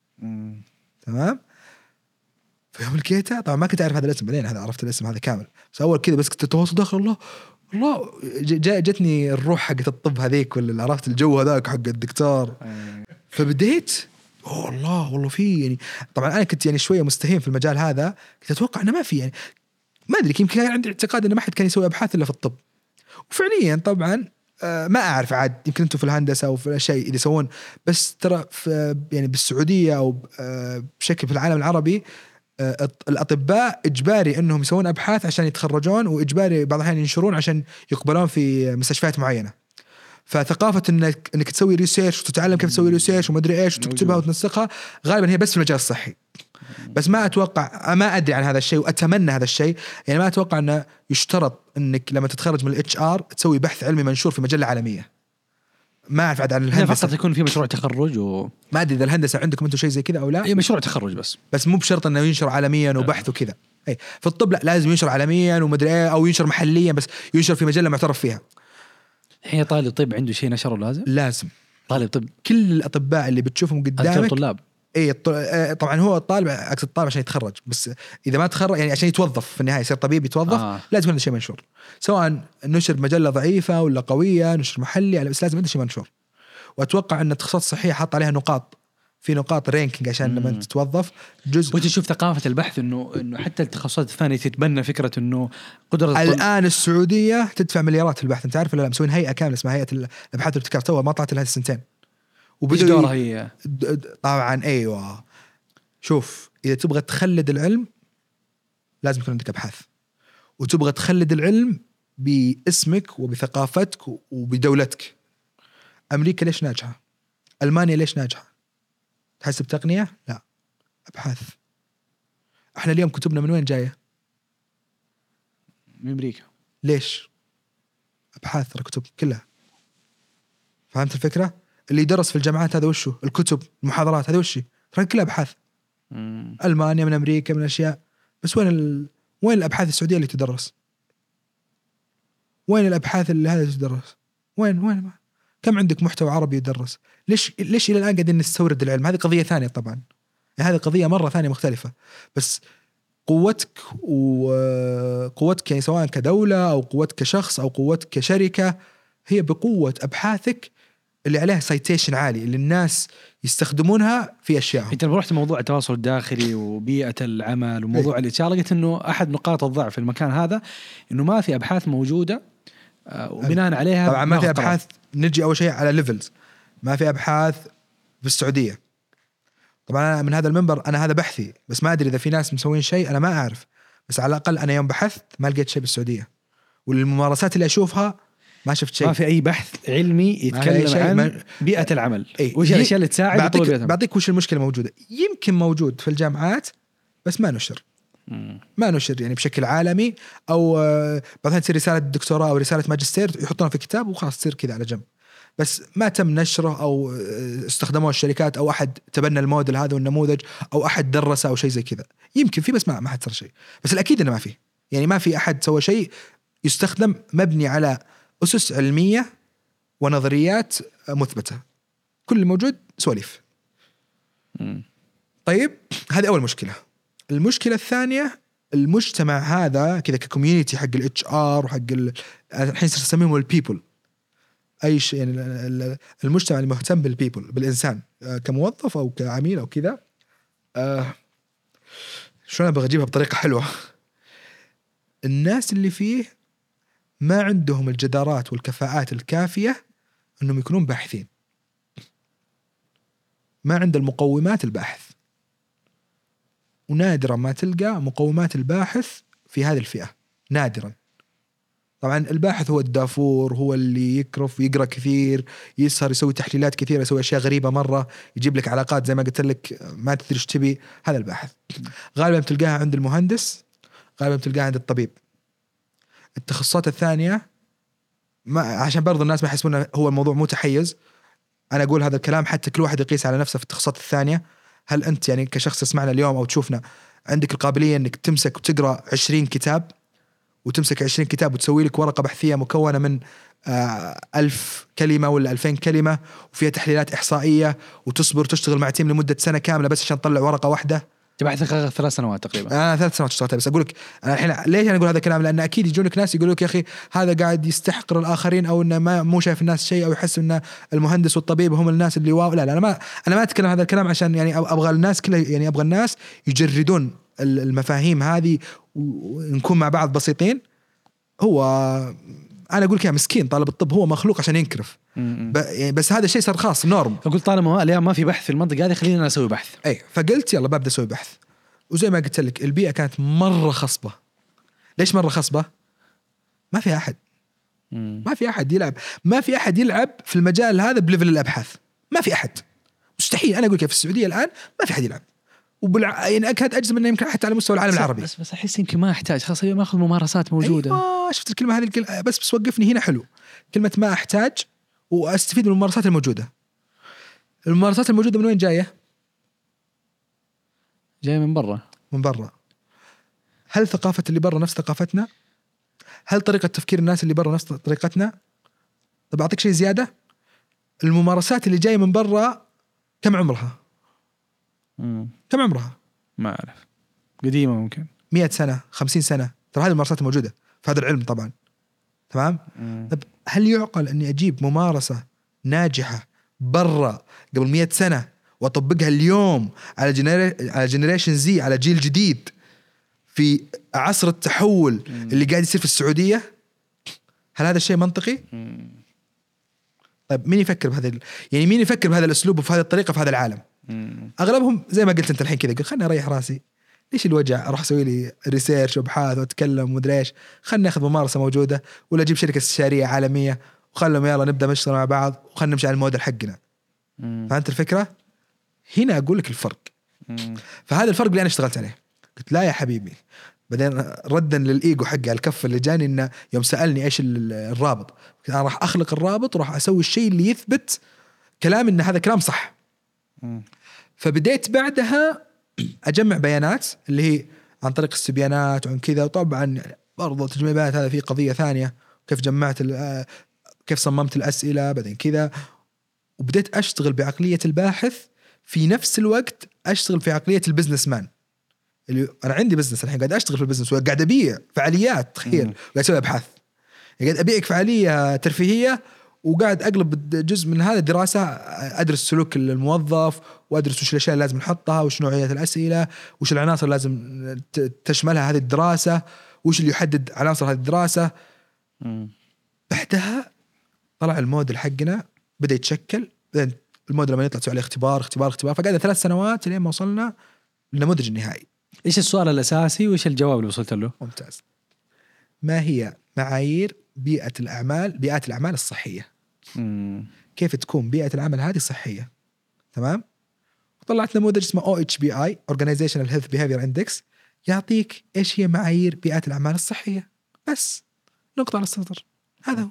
تمام؟ فيوم لقيتها، طبعا ما كنت أعرف هذا الاسم، بعدين هذا عرفت الاسم هذا كامل، بس أول كذا بس كنت أتواصل داخل الله الله جتني الروح حقت الطب هذيك، ولا عرفت الجو هذاك حق الدكتور. فبديت أوه الله والله في يعني، طبعا أنا كنت يعني شوية مستهين في المجال هذا، كنت أتوقع أنه ما في يعني، ما أدري يمكن كان عندي اعتقاد أنه ما حد كان يسوي أبحاث إلا في الطب. وفعليا طبعا آه ما أعرف عاد، يمكن أنتم في الهندسة أو في الشيء اللي يسوون، بس ترى في يعني بالسعودية أو آه بشكل في العالم العربي آه الأطباء إجباري أنهم يسوون أبحاث عشان يتخرجون، وإجباري بعض الأحيان ينشرون عشان يقبلون في مستشفيات معينة. فثقافة إنك إنك تسوي ريسيرش وتتعلم كيف تسوي ريسيرش ومدري إيش وتكتبها وتنسقها، غالبا هي بس في المجال الصحي. بس ما أتوقع، ما أدري عن هذا الشيء وأتمنى هذا الشيء، يعني ما أتوقع أنه يشترط إنك لما تتخرج من الاتش آر تسوي بحث علمي منشور في مجلة عالمية. ما اعرف عاد عن الهندسه الهندسه، فقط يكون في مشروع تخرج و ما ادري اذا الهندسه عندكم انتم شيء زي كذا او لا. اي مشروع تخرج بس بس مو بشرط انه ينشر عالميا وبحث وكذا. اي في الطب لا لازم ينشر عالميا ومدري ايه، او ينشر محليا بس ينشر في مجله معترف فيها. الحين طالب طب عنده شيء نشره لازم لازم طالب طب كل الاطباء اللي بتشوفهم قدامك طلاب. اي طبعا هو الطالب عكس الطالب عشان يتخرج، بس اذا ما تخرج يعني عشان يتوظف في النهايه يصير طبيب يتوظف آه. لازم عنده شيء منشور، سواء نشر مجله ضعيفه ولا قويه، نشر محلي، بس لازم عنده شيء منشور. واتوقع ان التخصصات الصحيه حاط عليها نقاط، في نقاط رينكينج عشان لما تتوظف جزء. وتشوف ثقافه البحث انه انه حتى التخصصات الثانيه تتبنى فكره انه قدره الان السعوديه تدفع مليارات في البحث، انت عارف ولا لا؟ مسوين هيئه كامله اسمها هيئه الابحاث والابتكار، تو ما طلعت لها السنتين وبدوا دورها هي طبعا. ايوه شوف، اذا تبغى تخلد العلم لازم يكون عندك ابحاث، وتبغى تخلد العلم باسمك وبثقافتك وبدولتك. امريكا ليش ناجحه؟ المانيا ليش ناجحه؟ تحسب تقنيه؟ لا، ابحاث. احنا اليوم كتبنا من وين جايه؟ من امريكا. ليش؟ ابحاث، الكتب كلها. فهمت الفكره؟ اللي يدرس في الجامعات هذا وشه؟ الكتب، المحاضرات هذا وشه؟ ترى كلها ابحاث. مم. المانيا من امريكا من اشياء، بس وين ال... وين الابحاث السعوديه اللي تدرس؟ وين الابحاث اللي هذا تدرس؟ وين وين ما. كم عندك محتوى عربي يدرس؟ ليش ليش الى الان قاعدين نستورد العلم؟ هذه قضيه ثانيه طبعا، هذه قضيه مره ثانيه مختلفه. بس قوتك وقوتك يعني سواء كدوله او قوتك كشخص او قوتك كشركه هي بقوه ابحاثك اللي عليها سايتيشن عالي، اللي الناس يستخدمونها في اشياء. انت لما رحت موضوع التواصل الداخلي وبيئه العمل وموضوع الاتش ار، لقيت انه احد نقاط الضعف في المكان هذا انه ما في ابحاث موجوده وبناء عليها طبعا ما في ابحاث. نجي اول شيء على ليفلز، ما في ابحاث في السعوديه. طبعا أنا من هذا المنبر انا هذا بحثي، بس ما ادري اذا في ناس مسوين شيء انا ما اعرف، بس على الاقل انا يوم بحثت ما لقيت شيء بالسعوديه، والممارسات اللي اشوفها ما شفت شيء. ما في اي بحث علمي يتكلم عن ما... بيئه العمل. ايه؟ وش الاشياء اللي تساعد؟ بعطيك بعطيك وش المشكله موجوده. يمكن موجود في الجامعات بس ما نشر. مم. ما نشر يعني بشكل عالمي، او بعدها تصير رساله دكتوراه او رساله ماجستير يحطونها في كتاب وخلاص تصير كذا على جنب، بس ما تم نشره او استخدموه الشركات او احد تبنى الموديل هذا والنموذج او احد درسه او شيء زي كذا. يمكن في بس ما ما حد صار شيء، بس الاكيد انه ما في، يعني ما في احد سوى شيء يستخدم مبني على اسس علميه ونظريات مثبته. كل اللي موجود سواليف. طيب هذه اول مشكله. المشكله الثانيه، المجتمع هذا كذا ككوميونيتي حق الاتش ار وحق الحين نسميهم البيبل، اي شيء يعني المجتمع المهتم بالبيبل، بالانسان كموظف او كعميل او كذا. آه شو انا ابغى اجيبها بطريقه حلوه. الناس اللي فيه ما عندهم الجدارات والكفاءات الكافيه انهم يكونون باحثين، ما عند المقومات الباحث، ونادرا ما تلقى مقومات الباحث في هذه الفئه، نادرا. طبعا الباحث هو الدافور، هو اللي يكرف ويقرأ كثير، يسهر، يسوي تحليلات كثيرة، يسوي أشياء غريبة مرة، يجيب لك علاقات زي ما قلت لك ما تدري ايش تبي. هذا الباحث. غالبا بتلقاها عند المهندس، غالبا بتلقاها عند الطبيب. التخصصات الثانية ما عشان برضو الناس ما يحسبون هو الموضوع مو تحيز، أنا أقول هذا الكلام حتى كل واحد يقيس على نفسه في التخصصات الثانية. هل أنت يعني كشخص تسمعنا اليوم أو تشوفنا عندك القابلية أنك تمسك وتقرأ عشرين كتاب، وتمسك عشرين كتاب وتسوي لك ورقة بحثية مكونة من آه ألف كلمة ولا ألفين كلمة وفيها تحليلات إحصائية، وتصبر تشتغل مع تيم لمدة سنة كاملة بس عشان تطلع ورقة واحدة؟ تبحث ثلاث سنوات تقريبا. آه ثلاث سنوات اشتغلتها. بس أقولك أنا الحين ليش أنا أقول هذا الكلام؟ لأن أكيد يجونك ناس يقولوك يا أخي هذا قاعد يستحقر الآخرين، أو إنه ما مو شايف الناس شيء، أو يحس إن المهندس والطبيب هم الناس اللي واو. لا لا أنا ما أنا ما أتكلم هذا الكلام عشان يعني أبغى الناس كلها، يعني أبغى الناس يجردون المفاهيم هذه ونكون مع بعض بسيطين. هو أنا أقول كده مسكين طالب الطب هو مخلوق عشان ينكرف، ب... يعني بس هذا الشيء صار خاص نورم. فقلت طالما اليوم ما في بحث في المنطقة هذه خلينا أسوي بحث. أي فقلت يلا ببدأ أسوي بحث. وزي ما قلت لك البيئة كانت مرة خصبة. ليش مرة خصبة؟ ما في أحد مم. ما في أحد يلعب ما في أحد يلعب في المجال هذا بليفل الأبحاث. ما في أحد، مستحيل. أنا أقول كيف في السعودية الآن ما في أحد يلعب، وبالع... يعني أكاد أجزم إنه يمكن حتى على مستوى العالم العربي. بس بس أحس يمكن ما أحتاج، خلاص ما أخذ ممارسات موجودة. أيوة شفت الكلمة هذه الكلمة. بس بس وقفني هنا حلو كلمة ما أحتاج واستفيد من الممارسات الموجوده. الممارسات الموجوده من وين جايه؟ جاي من برا. من برا. هل ثقافه اللي برا نفس ثقافتنا؟ هل طريقه تفكير الناس اللي برا نفس طريقتنا؟ طب اعطيك شيء زياده، الممارسات اللي جايه من برا كم عمرها؟ مم. كم عمرها؟ ما اعرف، قديمه ممكن مئة سنه، خمسين سنه، ترى هذه الممارسات الموجوده في هذا العلم طبعا. تمام. مم. طب هل يعقل اني اجيب ممارسه ناجحه برا قبل مئة سنه واطبقها اليوم على جنري... على جنريشن زي، على جيل جديد في عصر التحول مم. اللي قاعد يصير في السعوديه؟ هل هذا الشيء منطقي؟ مم. طيب مين يفكر بهذا ال... يعني مين يفكر بهذا الاسلوب وفي هذه الطريقه في هذا العالم؟ مم. اغلبهم زي ما قلت انت الحين كذا، خلني اريح راسي، ليش الوجع اروح اسوي لي ريسيرش وابحاث واتكلم ومدري ايش، خلني اخذ ممارسه موجوده ولا اجيب شركه استشاريه عالميه وخلهم يلا نبدا نشتغل مع بعض وخلنا نمشي على الموديل حقنا. مم. فهمت الفكره؟ هنا اقول لك الفرق. مم. فهذا الفرق اللي انا اشتغلت عليه. قلت لا يا حبيبي، بعدين ردا للايجو حقي الكف اللي جاني، انه يوم سالني ايش الرابط، انا راح اخلق الرابط وراح اسوي الشيء اللي يثبت كلام ان هذا كلام صح. مم. فبديت بعدها اجمع بيانات اللي هي عن طريق استبيانات وعن كذا، وطبعا برضو تجميع بيانات هذا فيه قضيه ثانيه، كيف جمعت كيف صممت الاسئله بعدين كذا. وبديت اشتغل بعقليه الباحث في نفس الوقت اشتغل في عقليه البزنس مان. اللي انا عندي بزنس الحين، قاعد اشتغل في البزنس وقاعد ابيع فعاليات، تخيل، قاعد اسوي ابحاث، قاعد ابيعك فعاليه ترفيهيه وقاعد اقلب جزء من هذا الدراسه، ادرس سلوك الموظف وادرس وش الاشياء اللي لازم نحطها، وش نوعيه الاسئله، وش العناصر اللي لازم تشملها هذه الدراسه، وش اللي يحدد عناصر هذه الدراسه. مم. بعدها طلع الموديل حقنا بدا يتشكل. بعدين الموديل لما يطلع تسوي عليه اختبار اختبار اختبار، فقعد ثلاث سنوات لين ما وصلنا للنموذج النهائي. ايش السؤال الاساسي وايش الجواب اللي وصلت له؟ ممتاز. ما هي معايير بيئة الأعمال بيئات الأعمال الصحية؟ مم. كيف تكون بيئة العمل هذه صحية؟ تمام. وطلعت نموذج اسمه أو إتش بي آي Organizational Health Behavior Index، يعطيك إيش هي معايير بيئات الأعمال الصحية، بس نقطة على السطر، هذا هو.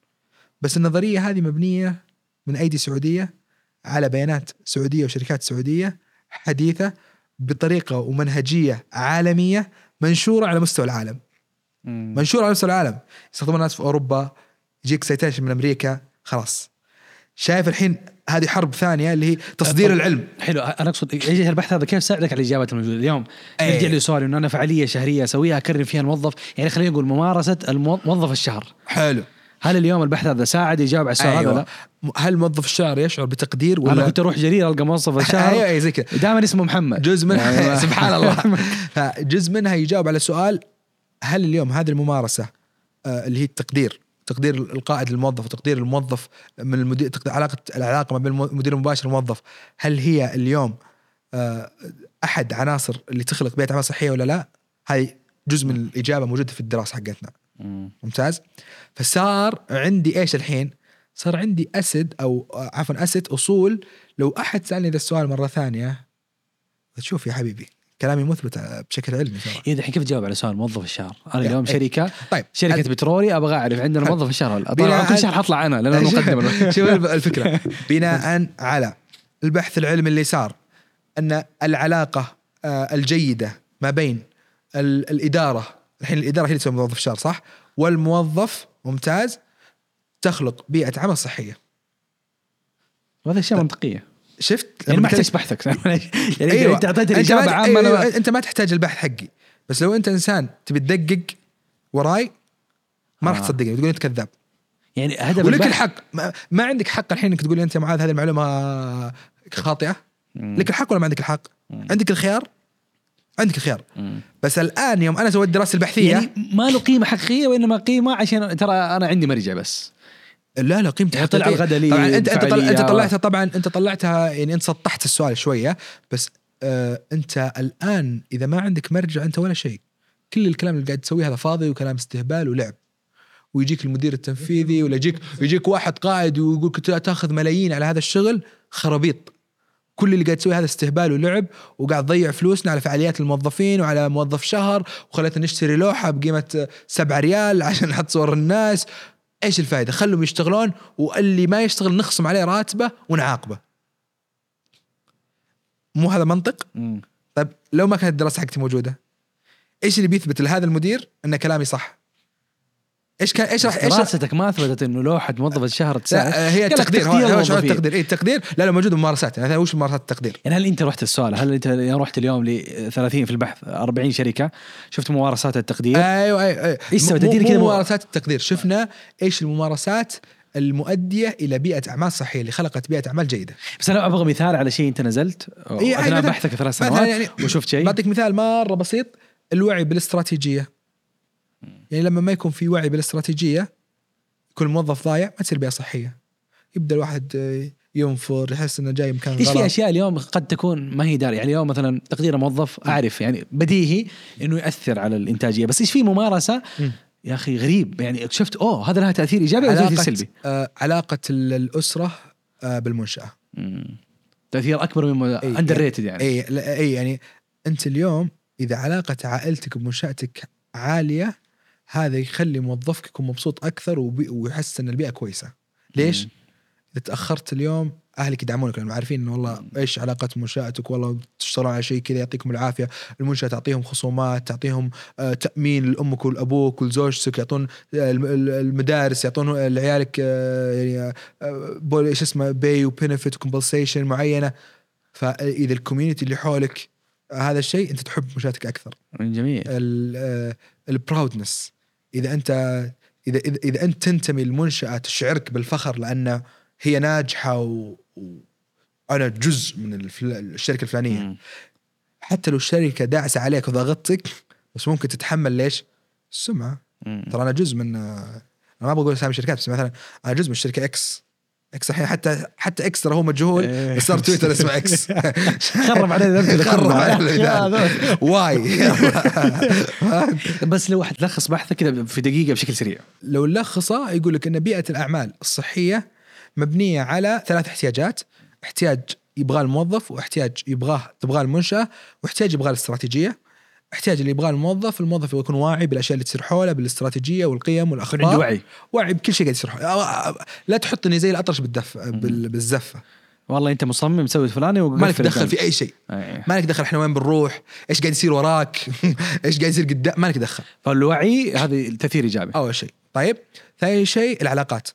بس النظرية هذه مبنية من أيدي سعودية على بيانات سعودية وشركات سعودية حديثة بطريقة ومنهجية عالمية منشورة على مستوى العالم. مم. منشور على مستوى العالم، يستخدمون الناس في أوروبا، يجيك سيتيشن من أمريكا. خلاص شايف الحين هذه حرب ثانية اللي هي تصدير العلم. حلو. أنا أقصد إيش البحث هذا كيف ساعدك على الإجابات الموجودة اليوم؟ أيه. يرجع لي سؤال إنه أنا فعالية شهرية أسويها أكرم فيها الموظف، يعني خلينا نقول ممارسة الموظف الشهر. حلو. هل اليوم البحث هذا ساعد يجاوب على السؤال أيوة. هذا؟ هل موظف الشهر يشعر بتقدير ولا؟ أنا كنت أروح جرير ألقى موظف الشهر أيوة أيوة زي كذا دائما اسمه محمد، جزء منها يعني سبحان الله. جزء منها يجاوب على سؤال، هل اليوم هذه الممارسة آه اللي هي التقدير، تقدير القائد للموظف وتقدير الموظف من المدير، علاقة العلاقة ما بين المدير المباشر والموظف، هل هي اليوم آه أحد عناصر اللي تخلق بيئة عمل صحية ولا لا؟ هاي جزء من الإجابة موجودة في الدراسة حقتنا. ممتاز. فصار عندي إيش الحين؟ صار عندي أسد أو عفوا أسد أصول. لو أحد سألني ذا السؤال مرة ثانية، تشوف يا حبيبي كلامي مثبت بشكل علمي ترى. إيه الحين كيف تجاوب على سؤال موظف الشهر؟ أنا اليوم شركة طيب شركة أد... بترولي أبغى أعرف عندنا موظف الشهر، طبعا كل شهر حطلع أنا لأن أنا مقدم. شوف الفكرة بناء على البحث العلمي اللي صار أن العلاقة الجيدة ما بين الإدارة، الحين الإدارة هي اللي تسوي موظف الشهر صح، والموظف ممتاز، تخلق بيئة عمل صحية. وهذا شيء منطقية. شفت يعني ما احتاج بحثك يعني أيوة. انت اعطيت الاجابه عامه. أيوة. أنا... انت ما تحتاج البحث حقي، بس لو انت انسان تبي تدقق وراي ما راح تصدقني، تقول انت كذاب. يعني هدف ولك البحث... الحق ما... ما عندك حق الحين انك تقول لي انت يا معاذ هذه المعلومه خاطئه. مم. لك الحق ولا ما عندك الحق؟ مم. عندك الخيار، عندك الخيار. مم. بس الان يوم انا سويت الدراسه البحثيه يعني ما له قيمه حقيقيه وانما قيمه عشان ترى انا عندي مرجع بس. لا لا قيمتها طلع الغدا لي طبعا انت انت, طلع انت طلعتها طبعا انت طلعتها يعني انت سطحت السؤال شويه بس. آه انت الان اذا ما عندك مرجع انت ولا شيء، كل الكلام اللي قاعد تسويه هذا فاضي وكلام استهبال ولعب. ويجيك المدير التنفيذي ولا يجيك يجيك واحد قائد ويقولك تاخذ ملايين على هذا الشغل، خرابيط. كل اللي قاعد تسويه هذا استهبال ولعب، وقاعد تضيع فلوسنا على فعاليات الموظفين وعلى موظف شهر، وخلتنا نشتري لوحه بقيمه سبعة ريال عشان نحط صور الناس. إيش الفائدة؟ خلهم يشتغلون واللي ما يشتغل نخصم عليه راتبه ونعاقبه. مو هذا منطق؟ مم. طيب لو ما كانت الدراسة حقتي موجودة، إيش اللي بيثبت لهذا المدير أن كلامي صح؟ إيش كان إيش راح إيش دراستك ما أثبتت إنه لوحة موظف الشهر تساعد؟ هي التقدير، هو شو التقدير؟ إيه التقدير؟ لا لا موجود ممارسات. يعني وش ممارسات التقدير؟ يعني هل أنت رحت السؤال، هل أنت رحت اليوم ل ثلاثين في البحث أربعين شركة شفت ممارسات التقدير؟ أيوة أيوة. إيش سوى تدير كذا ممارسات التقدير؟ شفنا إيش الممارسات المؤدية إلى بيئة أعمال صحية اللي خلقت بيئة أعمال جيدة. بس أنا أبغى مثال على شيء أنت نزلت إيه أثناء بحثك ثلاث سنوات يعني وشفت شيء. بعطيك مثال مرة بسيط، الوعي بالاستراتيجية. يعني لما ما يكون في وعي بالاستراتيجية، كل موظف ضايع، ما تصير بيئة صحية. يبدأ الواحد ينفر، يحس إنه جاي مكان غلط. إيش في أشياء اليوم قد تكون ما هي داري؟ يعني اليوم مثلا تقدير موظف أعرف يعني بديهي إنه يأثر على الإنتاجية، بس إيش في ممارسة م. يا أخي غريب يعني اكتشفت أوه هذا لها تأثير إيجابي أو تأثير سلبي؟ آه علاقة الأسرة آه بالمنشأة. مم. تأثير أكبر من underrated يعني. أي أي يعني أنت اليوم إذا علاقة عائلتك بمنشأتك عالية، هذا يخلي موظفك يكون مبسوط أكثر ويحس أن البيئة كويسة. ليش؟ مم. إذا تأخرت اليوم أهلك يدعمونك لأنهم عارفين إنه والله مم. إيش علاقة منشأتك، والله تشتغلون على شيء كذا يعطيكم العافية. المنشأة تعطيهم خصومات، تعطيهم آه تأمين لأمك والأبوك ولزوجتك، يعطون آه المدارس، يعطون لعيالك آه يعني آه إيش اسمه باي وبينفيت وكمبلسيشن معينة. فإذا الكوميونيتي اللي حولك آه هذا الشيء أنت تحب منشأتك أكثر. جميل. البراودنس، إذا أنت إذا إذا إذا أنت تنتمي للمنشأة تشعرك بالفخر لأن هي ناجحة و... وأنا جزء من الفل... الشركة الفلانية. م. حتى لو الشركة داعسة عليك وضغطتك، بس ممكن تتحمل ليش؟ السمعة. ترى أنا جزء من أنا ما بقول أسامي شركات، بس مثلا أنا جزء من الشركة إكس. إكس الحين حتى حتى إكس ترى هو مجهول، بس صار تويتر اسمه إكس. خرب عليه خرب عليه واي. بس لو واحد لخص بحثه كذا في دقيقة بشكل سريع، لو لخصه يقول لك إن بيئة الأعمال الصحية مبنية على ثلاث احتياجات: احتياج يبغاه الموظف، واحتياج يبغاه تبغاه المنشأة، واحتياج يبغاه الاستراتيجية. احتياج اللي يبغاه الموظف، الموظف يكون واعي بالأشياء اللي تصير حوله، بالاستراتيجية والقيم والأخبار. عنده وعي وعي بكل شيء قاعد يصير حوله. لا تحطني زي الأطرش بالدف بالزفة. والله أنت مصمم مسوي فلاني ما لك دخل في أي شيء. ما لك دخل إحنا وين بنروح، إيش قاعد يصير وراك، إيش قاعد يصير قدام، ما لك دخل. فالوعي هذه تأثير إيجابي أول شيء. طيب ثاني شيء العلاقات.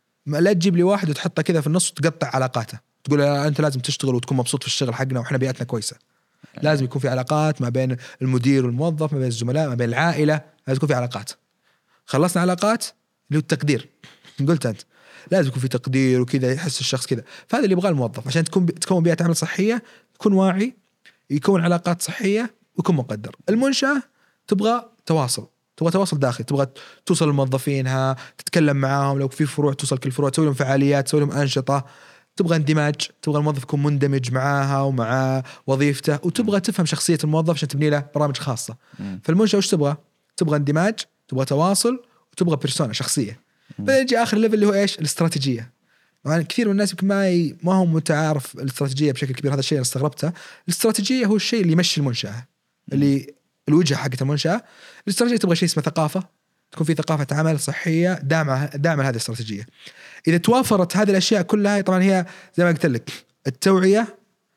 لا تجيب لي واحد وتحطه كذا في النص وتقطع علاقاته، تقول أنت لازم تشتغل وتكون مبسوط في الشغل حقنا وإحنا بيئتنا كويسة. لازم يكون في علاقات ما بين المدير والموظف، ما بين الزملاء، ما بين العائلة. لازم يكون في علاقات. خلصنا علاقات اللي هو التقدير، قلت أنت لازم يكون في تقدير وكذا يحس الشخص كذا. فهذا اللي يبغاه الموظف عشان تكون تكون بيئة عمل صحية، يكون واعي، يكون علاقات صحية، ويكون مقدر. المنشأة تبغى تواصل، تبغى تواصل داخلي، تبغى توصل لموظفينها، تتكلم معاهم، لو في فروع توصل كل فروع، تسوي لهم فعاليات، تسوي لهم أنشطة. تبغى اندماج، تبغى الموظف يكون مندمج معاها ومع وظيفته، وتبغى تفهم شخصية الموظف عشان تبني له برامج خاصة. فالمنشأة وش تبغى؟ تبغى اندماج، تبغى تواصل، وتبغى بيرسونا شخصية. بعدين يجي آخر ليفل اللي هو إيش؟ الاستراتيجية. يعني كثير من الناس يمكن ما ي... ما هم متعارف الاستراتيجية بشكل كبير. هذا الشيء أنا استغربته. الاستراتيجية هو الشيء اللي يمشي المنشأة، اللي الوجهة حقت المنشأة. الاستراتيجية تبغى شيء اسمه ثقافة، تكون في ثقافة عمل صحية داعمة داعمة هذه الاستراتيجية. إذا توافرت هذه الأشياء كلها، طبعا هي زي ما قلت لك: التوعية،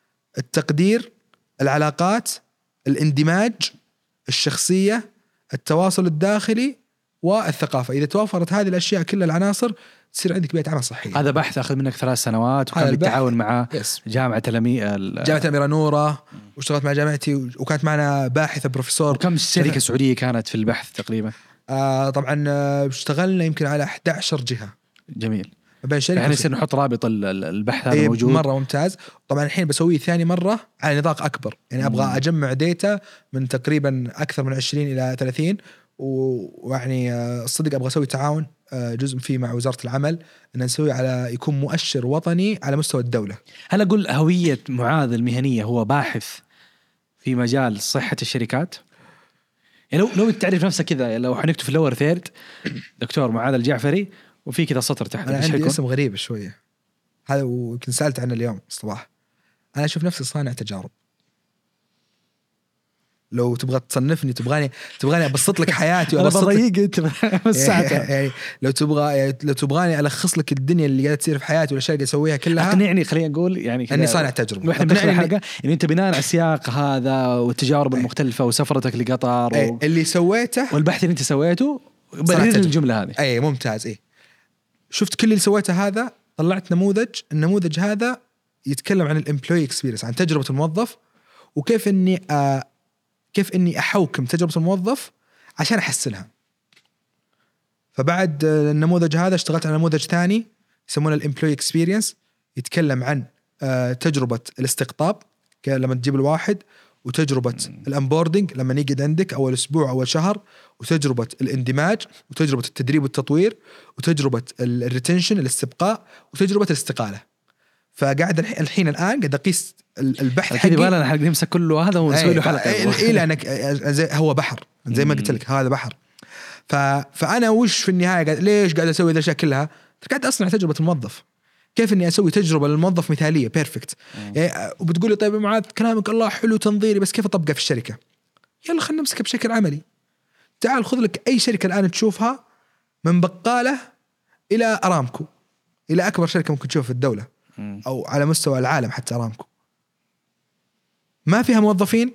التقدير، العلاقات، الاندماج، الشخصية، التواصل الداخلي، والثقافة. إذا توافرت هذه الأشياء كل العناصر تصير عندك بيئة عمل صحية. هذا بحث أخذ منك ثلاث سنوات وكان بالتعاون مع يس. جامعة الأميرة جامعة الأميرة نورة، واشتغلت مع جامعتي، وكانت معنا باحثة بروفيسور. وكم شركة سعودية كانت في البحث تقريبا؟ آه طبعا اشتغلنا يمكن على إحدى عشرة جهة. جميل. بين شركة يعني يصير نحط رابط البحث هذا إيه موجود. مرة ممتاز. طبعا الحين بسويه ثاني مرة على نطاق أكبر، يعني أبغى مم. أجمع ديتا من تقريبا أكثر من عشرين إلى ثلاثين، ويعني الصدق أبغى أسوي تعاون جزء فيه مع وزارة العمل، أن نسوي على يكون مؤشر وطني على مستوى الدولة. هل أقول هوية معاذ المهنية هو باحث في مجال صحة الشركات؟ يعني لو لو تعرف نفسك كذا، لو حنكتب في اللور ثيرد دكتور معاذ الجعفري وفي كذا سطر تحت، أنا عندي اسم غريب شوية هذا، ويمكن سألت عنه اليوم الصباح. أنا أشوف نفسي صانع تجارب. لو تبغى تصنفني تبغاني تبغاني ابسط لك حياتي انا وابسط لك بضيق انت بس يعني لو تبغى يعني لو تبغاني الخص لك الدنيا اللي قاعده تصير في حياتي والاشياء اللي اسويها كلها اقنعني خلينا نقول يعني اني صانع تجربه واحنا بناخذ الحلقه انه انت بناء على السياق هذا والتجارب أي. المختلفه وسفرتك لقطر و... اللي سويته والبحث اللي انت سويته برر الجمله هذه. اي ممتاز. اي شفت كل اللي سويته هذا طلعت نموذج. النموذج هذا يتكلم عن الامبلوي اكسبيرينس عن تجربه الموظف وكيف اني آه كيف اني احوكم تجربه الموظف عشان احسنها. فبعد النموذج هذا اشتغلت على نموذج ثاني يسمونه الامبلوي اكسبيرينس يتكلم عن آه تجربه الاستقطاب لما تجيب الواحد وتجربه الانبوردنج لما يقعد عندك اول اسبوع اول شهر وتجربه الاندماج وتجربه التدريب والتطوير وتجربه الريتنشن الاستبقاء وتجربه الاستقاله. فقاعد الحين الان قاعد اقيس البحث حقي بالنا حق نمسك كله هذا ونسوي له حلقه اي لانك زي هو بحر زي ما قلت لك هذا بحر. ف فانا وش في النهايه قاعد ليش قاعد اسوي ذا الاشياء كلها؟ قاعد اصنع تجربه الموظف. كيف اني اسوي تجربه للموظف مثاليه بيرفكت يعني. وبتقولي طيب معاذ كلامك الله حلو تنظيري بس كيف اطبقه في الشركه؟ يلا خلينا نمسكها بشكل عملي. تعال خذ لك اي شركه الان تشوفها من بقاله الى ارامكو الى اكبر شركه ممكن تشوفها في الدوله او على مستوى العالم حتى ارامكو ما فيها موظفين؟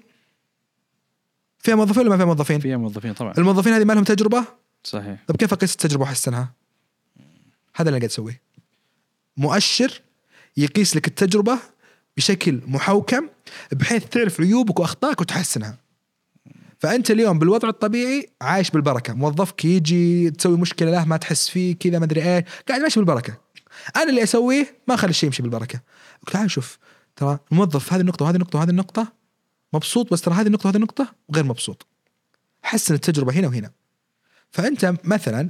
فيها موظفين ولا ما فيها موظفين؟ فيها موظفين طبعا. الموظفين هذه ما لهم تجربه صحيح. طب كيف اقيس التجربه واحسنها؟ هذا اللي قاعد اسويه مؤشر يقيس لك التجربه بشكل محوكم بحيث تعرف عيوبك واخطائك وتحسنها. فانت اليوم بالوضع الطبيعي عايش بالبركه. موظفك يجي تسوي مشكله له ما تحس فيه كذا ما ادري ايه قاعد ماشي بالبركه. انا اللي اسويه ما اخلي الشيء يمشي بالبركه. تعال شوف ترى الموظف هذه النقطه وهذه النقطه وهذه النقطه مبسوط بس ترى هذه النقطه وهذه النقطه غير مبسوط. حسن التجربه هنا وهنا. فانت مثلا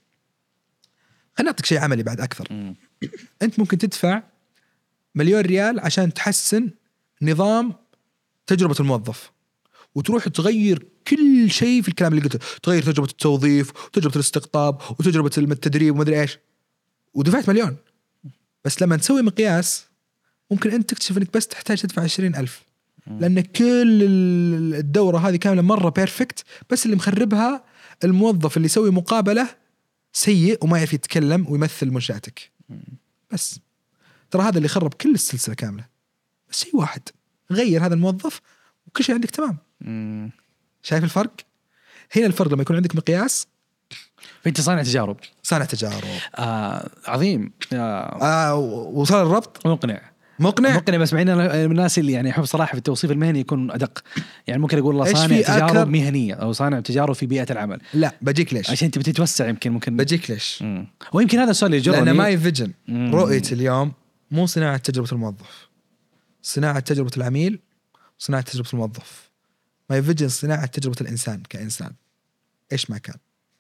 خليني اعطيك شيء عملي بعد اكثر. م. انت ممكن تدفع مليون ريال عشان تحسن نظام تجربه الموظف وتروح تغير كل شيء في الكلام اللي قلته. تغير تجربه التوظيف وتجربه الاستقطاب وتجربه التدريب وما ادري ايش ودفعت مليون. بس لما تسوي مقياس ممكن انت تكتشف انك بس تحتاج تدفع عشرين ألف لان كل الدوره هذه كامله مره بيرفكت بس اللي مخربها الموظف اللي يسوي مقابله سيء وما يعرف يتكلم ويمثل منشاتك. بس ترى هذا اللي خرب كل السلسله كامله. بس شيء واحد غير هذا الموظف وكل شيء عندك تمام. مم. شايف الفرق؟ هنا الفرق لما يكون عندك مقياس. فانت صانع تجارب. صانع تجارب. آه عظيم. آه. آه وصار الربط مقنع. مقنع مقنع بس معنا من الناس اللي يعني يحب صراحه في التوصيف المهني يكون ادق. يعني ممكن اقول الله صانع تجارب أكثر؟ مهنيه او صانع تجارب في بيئه العمل. لا بجيك ليش عشان تبي تتوسع يمكن ممكن بجيك ليش مم. ويمكن هذا السؤال اللي يجرني لأن ماي فيجن رؤيتي اليوم مو صناعه تجربه الموظف صناعه تجربه العميل صناعه تجربه الموظف. ماي فيجن صناعه تجربه الانسان كانسان ايش ما كان.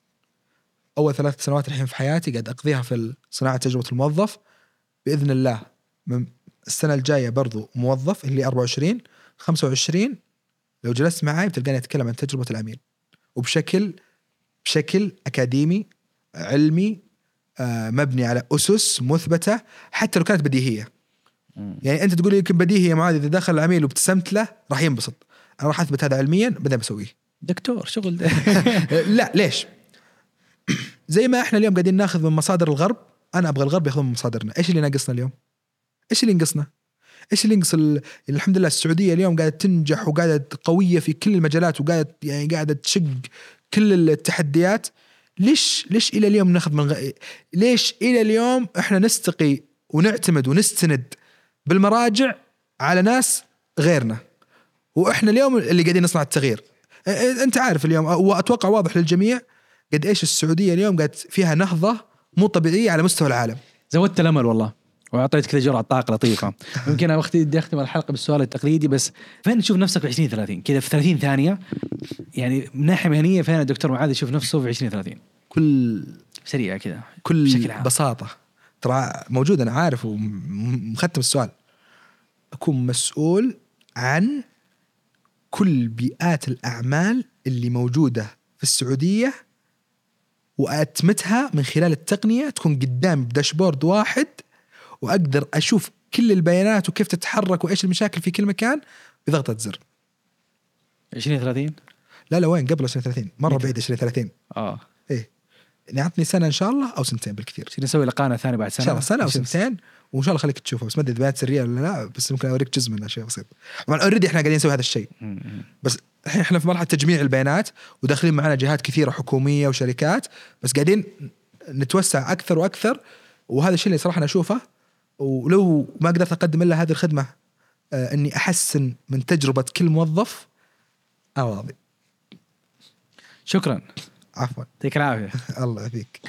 اول ثلاث سنوات الحين في حياتي قاعد اقضيها في صناعه تجربه الموظف. باذن الله من السنة الجاية برضو موظف اللي أربعة وعشرين خمسة وعشرين لو جلست معاي بتلقاني أتكلم عن تجربة العميل وبشكل بشكل أكاديمي علمي آه مبني على أسس مثبتة حتى لو كانت بديهية. يعني أنت تقول لي يمكن بديهية معاذ إذا دخل العميل وابتسمت له راح ينبسط. أنا راح أثبت هذا علميا بدأ بسويه. دكتور شغل لا ليش زي ما إحنا اليوم قاعدين ناخذ من مصادر الغرب أنا أبغى الغرب يأخذ من مصادرنا. إيش اللي ناقصنا اليوم؟ إيش اللي نقصنا؟ إيش اللي نقص؟ الحمد لله السعودية اليوم قاعدة تنجح وقاعدة قوية في كل المجالات وقاعدة يعني قاعدة تشق كل التحديات. ليش ليش إلى اليوم ناخذ من غ... ليش إلى اليوم إحنا نستقي ونعتمد ونستند بالمراجع على ناس غيرنا وإحنا اليوم اللي قاعدين نصنع التغيير. أنت عارف اليوم وأتوقع واضح للجميع قد إيش السعودية اليوم قاعد فيها نهضة مو طبيعية على مستوى العالم. زودت الأمل والله وأعطيت كذا جرعة طاقة لطيفة. يمكن أنا وقتي بدي أختم الحلقة بالسؤال التقليدي بس فين تشوف نفسك في عشرين ثلاثين كذا في ثلاثين ثانية يعني من ناحية مهنية فين الدكتور معاذ يشوف نفسه في عشرين ثلاثين؟ كل سريعة كذا كل بساطة ترى موجود أنا عارف ومختم السؤال. أكون مسؤول عن كل بيئات الأعمال اللي موجودة في السعودية وأتمتها من خلال التقنية تكون قدام بداشبورد واحد وأقدر أشوف كل البيانات وكيف تتحرك وإيش المشاكل في كل مكان بضغطة زر. عشرين ثلاثين لا لا وين قبل عشرين ثلاثين مره بعيد عشرين ثلاثين اه ايه يعني عطني سنه ان شاء الله او سنتين بالكثير نسوي لقاءنا ثاني بعد سنه ان شاء الله سنه او سنتين وان شاء الله خليك تشوفه بس ما ادري بيانات سريه ولا لا بس ممكن اوريك جزء منها شيء بسيط طبعا اوريدي احنا قاعدين نسوي هذا الشيء بس الحين احنا في مرحله تجميع البيانات وداخلين معنا جهات كثيره حكوميه وشركات بس قاعدين نتوسع اكثر واكثر وهذا الشيء اللي صراحه انا اشوفه ولو ما قدرت اقدم الا هذه الخدمه آه اني احسن من تجربه كل موظف اراضي. شكرا عفوا يعطيك العافيه. الله يعافيك.